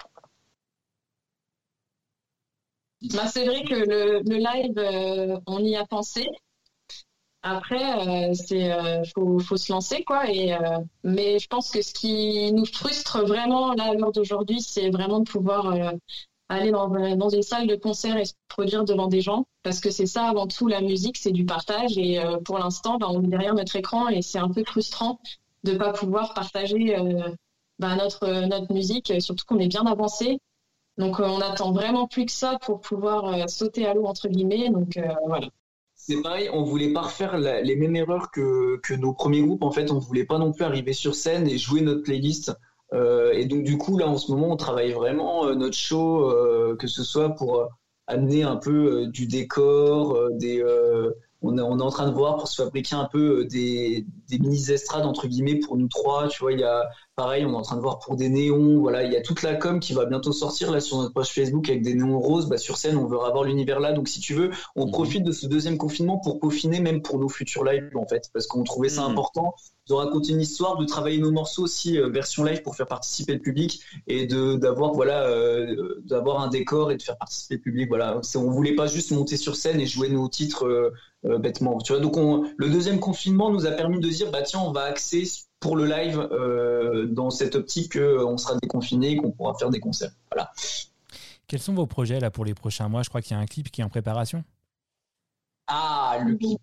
C'est vrai que le live, on y a pensé. Après, faut se lancer, quoi. Mais je pense que ce qui nous frustre vraiment là, à l'heure d'aujourd'hui, c'est vraiment de pouvoir aller dans une salle de concert et se produire devant des gens. Parce que c'est ça, avant tout, la musique, c'est du partage. Et pour l'instant, on est derrière notre écran et c'est un peu frustrant de ne pas pouvoir partager notre musique, surtout qu'on est bien avancé. Donc, on n'attend vraiment plus que ça pour pouvoir sauter à l'eau, entre guillemets. Donc, voilà. C'est pareil, on voulait pas refaire les mêmes erreurs que nos premiers groupes. En fait, on voulait pas non plus arriver sur scène et jouer notre playlist. Et donc, du coup, là, en ce moment, on travaille vraiment notre show, que ce soit pour amener un peu du décor, on est en train de voir pour se fabriquer un peu des mini-estrades, entre guillemets, pour nous trois. Tu vois, il y a, pareil, on est en train de voir pour des néons. Voilà, il y a toute la com qui va bientôt sortir là sur notre page Facebook avec des néons roses. Sur scène, on veut avoir l'univers là. Donc, si tu veux, on profite de ce deuxième confinement pour peaufiner même pour nos futurs lives, en fait, parce qu'on trouvait ça important de raconter une histoire, de travailler nos morceaux aussi version live pour faire participer le public et d'avoir un décor et de faire participer le public. Voilà, on voulait pas juste monter sur scène et jouer nos titres bêtement. Tu vois, donc le deuxième confinement nous a permis de dire tiens, on va axer pour le live dans cette optique qu'on sera déconfiné et qu'on pourra faire des concerts. Voilà. Quels sont vos projets là pour les prochains mois? Je crois qu'il y a un clip qui est en préparation. Ah, le clip.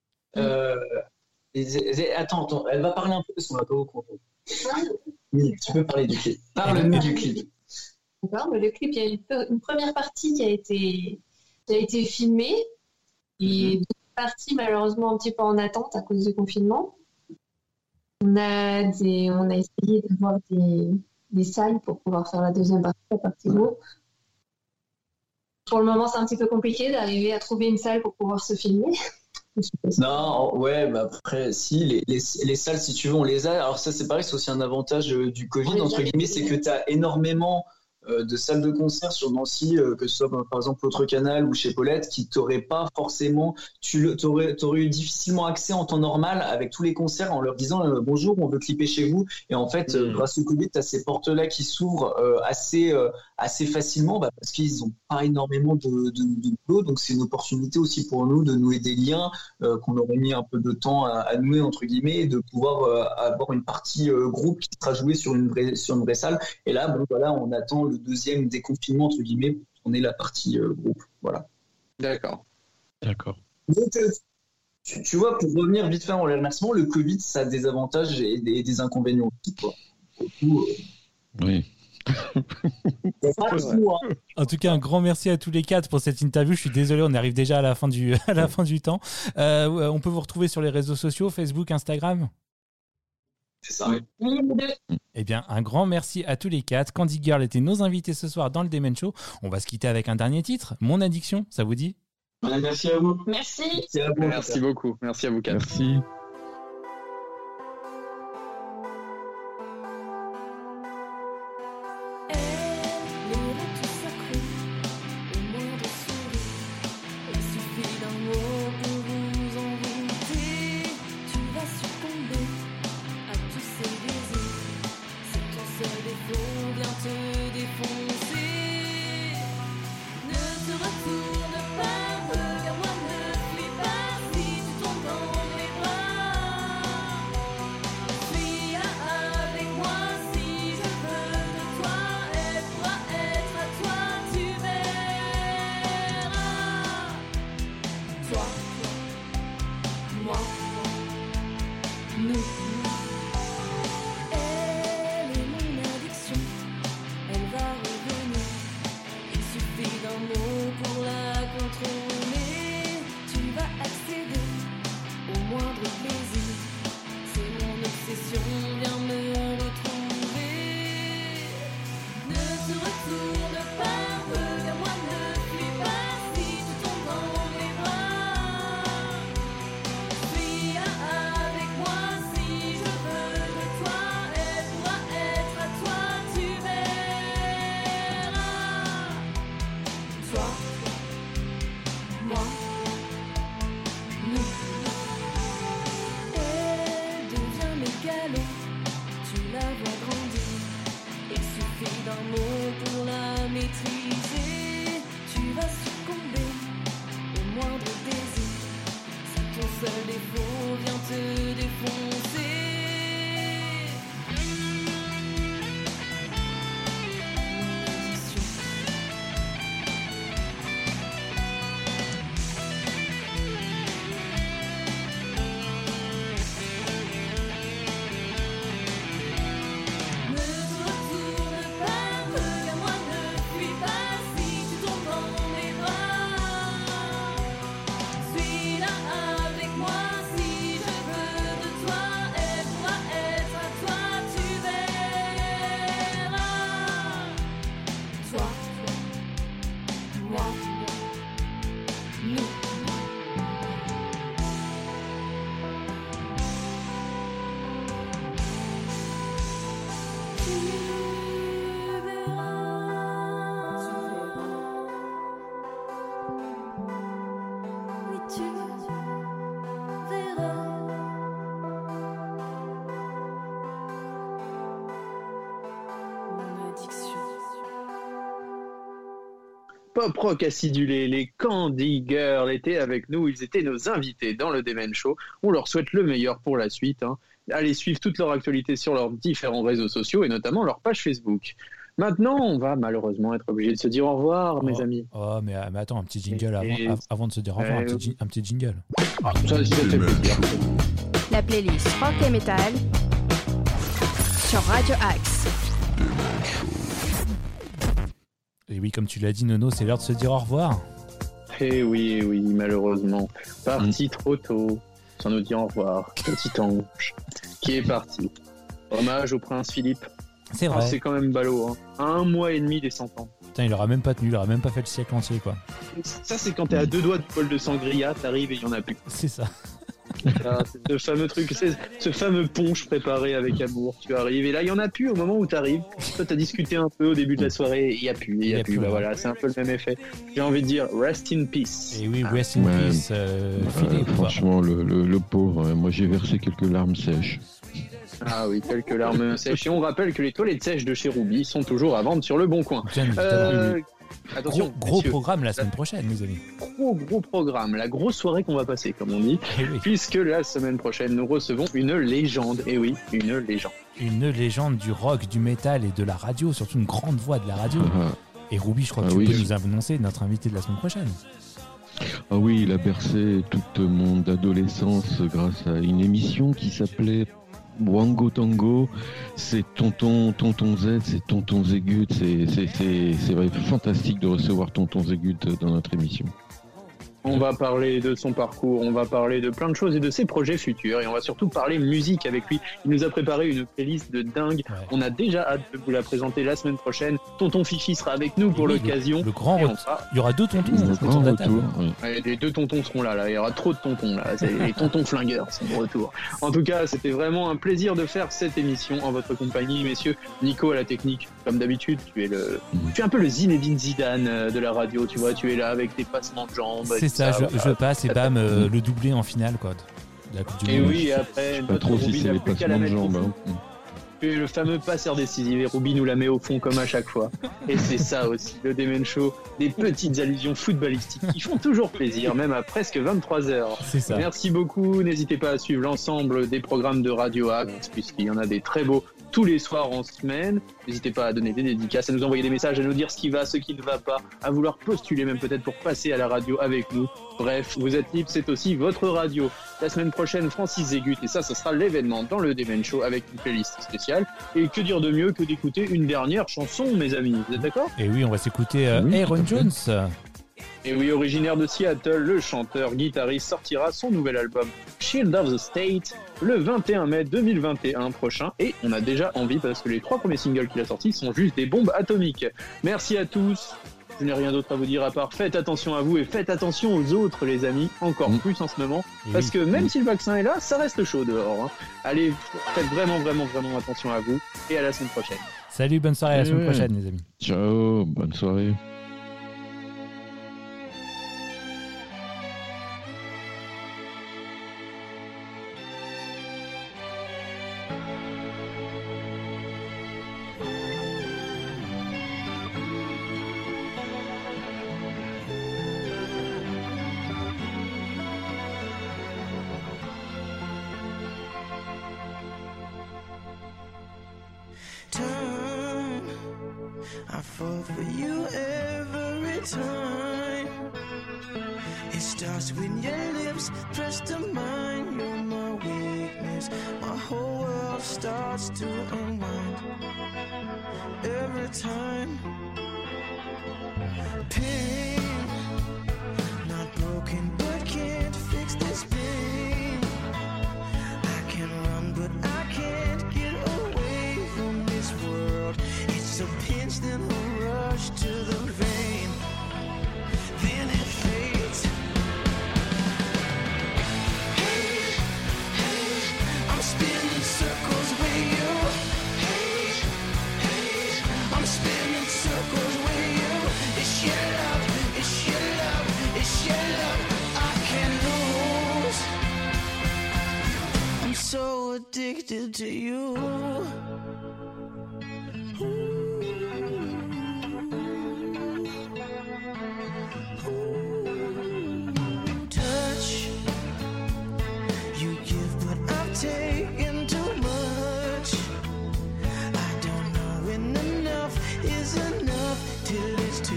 Attends, elle va parler un peu parce qu'on va pas au courant. Oui, tu peux parler du clip. Parle-nous du clip. D'accord, mais le clip, il y a une première partie qui a été filmée et une partie malheureusement un petit peu en attente à cause du confinement. On a essayé d'avoir des salles pour pouvoir faire la deuxième partie, la partie groupe. Pour le moment, c'est un petit peu compliqué d'arriver à trouver une salle pour pouvoir se filmer. Non, ouais, après, si, les salles, si tu veux, on les a. Alors ça, c'est pareil, c'est aussi un avantage du Covid, entre guillemets, c'est que tu as énormément de salles de concert sur Nancy, que ce soit par exemple l'autre canal ou chez Paulette, qui t'auraient pas forcément, t'aurais eu difficilement accès en temps normal avec tous les concerts en leur disant bonjour, on veut clipper chez vous. Et en fait, grâce au Covid, tu as ces portes-là qui s'ouvrent assez facilement parce qu'ils n'ont pas énormément de boulot. Donc c'est une opportunité aussi pour nous de nouer des liens qu'on aurait mis un peu de temps à nouer, entre guillemets, et de pouvoir avoir une partie groupe qui sera jouée sur une vraie salle. Et là, voilà, on attend le deuxième déconfinement, entre guillemets, pour tourner la partie groupe. Voilà. D'accord. Donc, tu vois, pour revenir vite fait en remerciement, le Covid, ça a des avantages et des inconvénients aussi, quoi. Oui. En tout cas, un grand merci à tous les quatre pour cette interview. Je suis désolé, on arrive déjà à la fin du temps. On peut vous retrouver sur les réseaux sociaux, Facebook, Instagram. C'est ça, oui. Eh bien, un grand merci à tous les quatre. Candy Girl était nos invités ce soir dans le Demen Show. On va se quitter avec un dernier titre, Mon Addiction, ça vous dit? Merci à vous. Merci. Merci beaucoup. Merci à vous quatre. Merci. Retourne pas, regarde-moi, ne plie pas. Si tu tombes dans les bras pop rock acidulé, les Candy Girls étaient avec nous, ils étaient nos invités dans le Demen Show. On leur souhaite le meilleur pour la suite. Allez suivre toute leur actualité sur leurs différents réseaux sociaux et notamment leur page Facebook. Maintenant, on va malheureusement être obligé de se dire au revoir, mes amis. Oh, mais attends, un petit jingle avant de se dire au revoir, un petit jingle. Ça fait plaisir. La playlist rock et metal sur Radio Axe. Et oui, comme tu l'as dit, Nono, c'est l'heure de se dire au revoir. Eh oui, malheureusement. Parti trop tôt, sans nous dire au revoir. Petit ange qui est parti. Hommage au prince Philippe. C'est vrai. C'est quand même ballot. À 1 mois et demi des 100 ans. Putain, il aura même pas tenu, il aura même pas fait le siècle entier, quoi. Ça, c'est quand t'es à 2 doigts de bol de sangria, t'arrives et il y en a plus. C'est ça. C'est ce fameux truc, c'est ce fameux punch préparé avec amour. Tu arrives et là, il y en a plus au moment où t'arrives. Toi, t'as discuté un peu au début de la soirée et il y a plus. Bah voilà, c'est un peu le même effet. J'ai envie de dire rest in peace. Et oui, rest in peace, Philippe. Franchement, le pauvre, moi j'ai versé quelques larmes sèches. Ah oui, quelques larmes sèches. Et on rappelle que les toilettes sèches de chez Ruby sont toujours à vendre sur le Bon Coin. Attention, gros programme la semaine prochaine, mes amis. Gros programme, la grosse soirée qu'on va passer, comme on dit, puisque la semaine prochaine, nous recevons une légende. Et oui, une légende. Une légende du rock, du métal et de la radio, surtout une grande voix de la radio. Et Ruby, je crois que tu peux nous annoncer notre invité de la semaine prochaine. Ah oui, il a bercé toute mon adolescence grâce à une émission qui s'appelait Wango Tango. C'est Tonton Z, c'est Tonton Zégut. C'est vrai, fantastique de recevoir Tonton Zégut dans notre émission. On va parler de son parcours, on va parler de plein de choses et de ses projets futurs. Et on va surtout parler musique avec lui. Il nous a préparé une playlist de dingue. Ouais. On a déjà hâte de vous la présenter la semaine prochaine. Tonton Fifi sera avec nous pour l'occasion. Le grand retour. Il y aura 2 tontons. Les 2 tontons seront là. Il y aura trop de tontons là. C'est les tontons flingueurs sont de retour. En tout cas, c'était vraiment un plaisir de faire cette émission en votre compagnie, messieurs. Nico à la technique, comme d'habitude, tu es un peu le Zinedine Zidane de la radio. Tu vois, tu es là avec tes passements de jambes. C'est ça, je passe et bam, le doublé en finale, quoi. Et oui, et après, notre Ruby n'a plus qu'à la mettre au fond. Et le fameux passeur décisif, et Ruby nous la met au fond comme à chaque fois. Et c'est ça aussi, le Demen Show, des petites allusions footballistiques qui font toujours plaisir, même à presque 23h. C'est ça. Merci beaucoup, n'hésitez pas à suivre l'ensemble des programmes de Radio Axe, puisqu'il y en a des très beaux tous les soirs en semaine. N'hésitez pas à donner des dédicaces, à nous envoyer des messages, à nous dire ce qui va, ce qui ne va pas, à vouloir postuler même peut-être pour passer à la radio avec nous. Bref, vous êtes libre, c'est aussi votre radio. La semaine prochaine, Francis Zégut, et ça sera l'événement dans le Demen Show avec une playlist spéciale. Et que dire de mieux que d'écouter une dernière chanson, mes amis, vous êtes d'accord ? Et oui, on va s'écouter Aaron Jones. Et oui, originaire de Seattle, le chanteur-guitariste sortira son nouvel album Shield of the State le 21 mai 2021 prochain. Et on a déjà envie parce que les 3 premiers singles qu'il a sortis sont juste des bombes atomiques. Merci à tous. Je n'ai rien d'autre à vous dire à part faites attention à vous et faites attention aux autres, les amis, encore plus en ce moment. Parce que même si le vaccin est là, ça reste chaud dehors. Allez, faites vraiment attention à vous et à la semaine prochaine. Salut, bonne soirée, à la semaine prochaine, les amis. Ciao, bonne soirée. I fall for you every time. It starts when your lips press to mine. You're my weakness. My whole world starts to unwind every time. Pain, not broken but can't fix this pain. I can run but I can't get away from this world. It's a pinch, then a rush to the vein, then it fades. Hey, hey, I'm spinning circles with you. Hey, hey, I'm spinning circles with you. It's your love, it's your love, it's your love I can't lose. I'm so addicted to you. Ooh.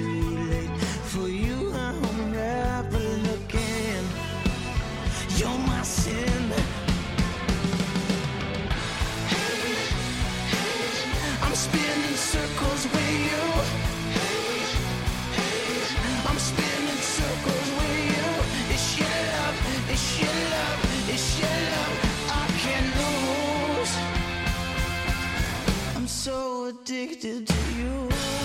too late for you. I'm never looking. You're my sin. I'm spinning circles with you. I'm spinning circles with you. It's your love, it's your love, it's your love I can't lose. I'm so addicted to you.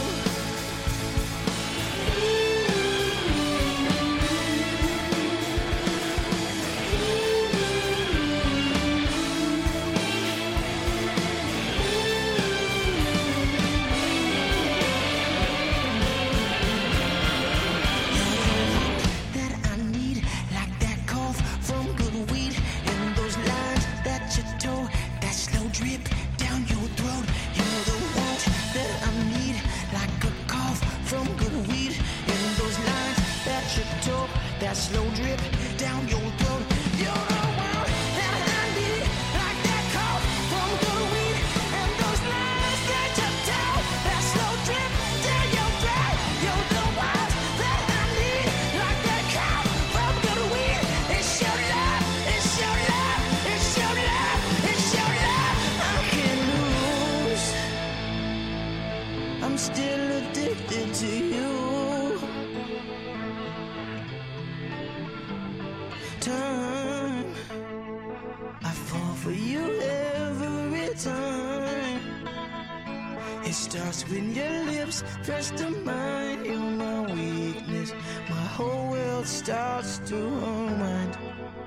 That slow drip down your throat. You're the one that I need, like that cough from good weed. And those lines that you tell, that slow drip down your throat. You're the one that I need, like that cough from good weed. It's your love, it's your love, it's your love, it's your love I can't lose. I'm still addicted to you. Time. I fall for you every time. It starts when your lips press to mine. You're my weakness. My whole world starts to unwind.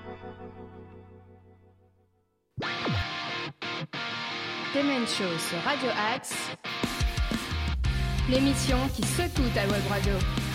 Demen Show sur Radio Axe, l'émission qui secoue ta web radio.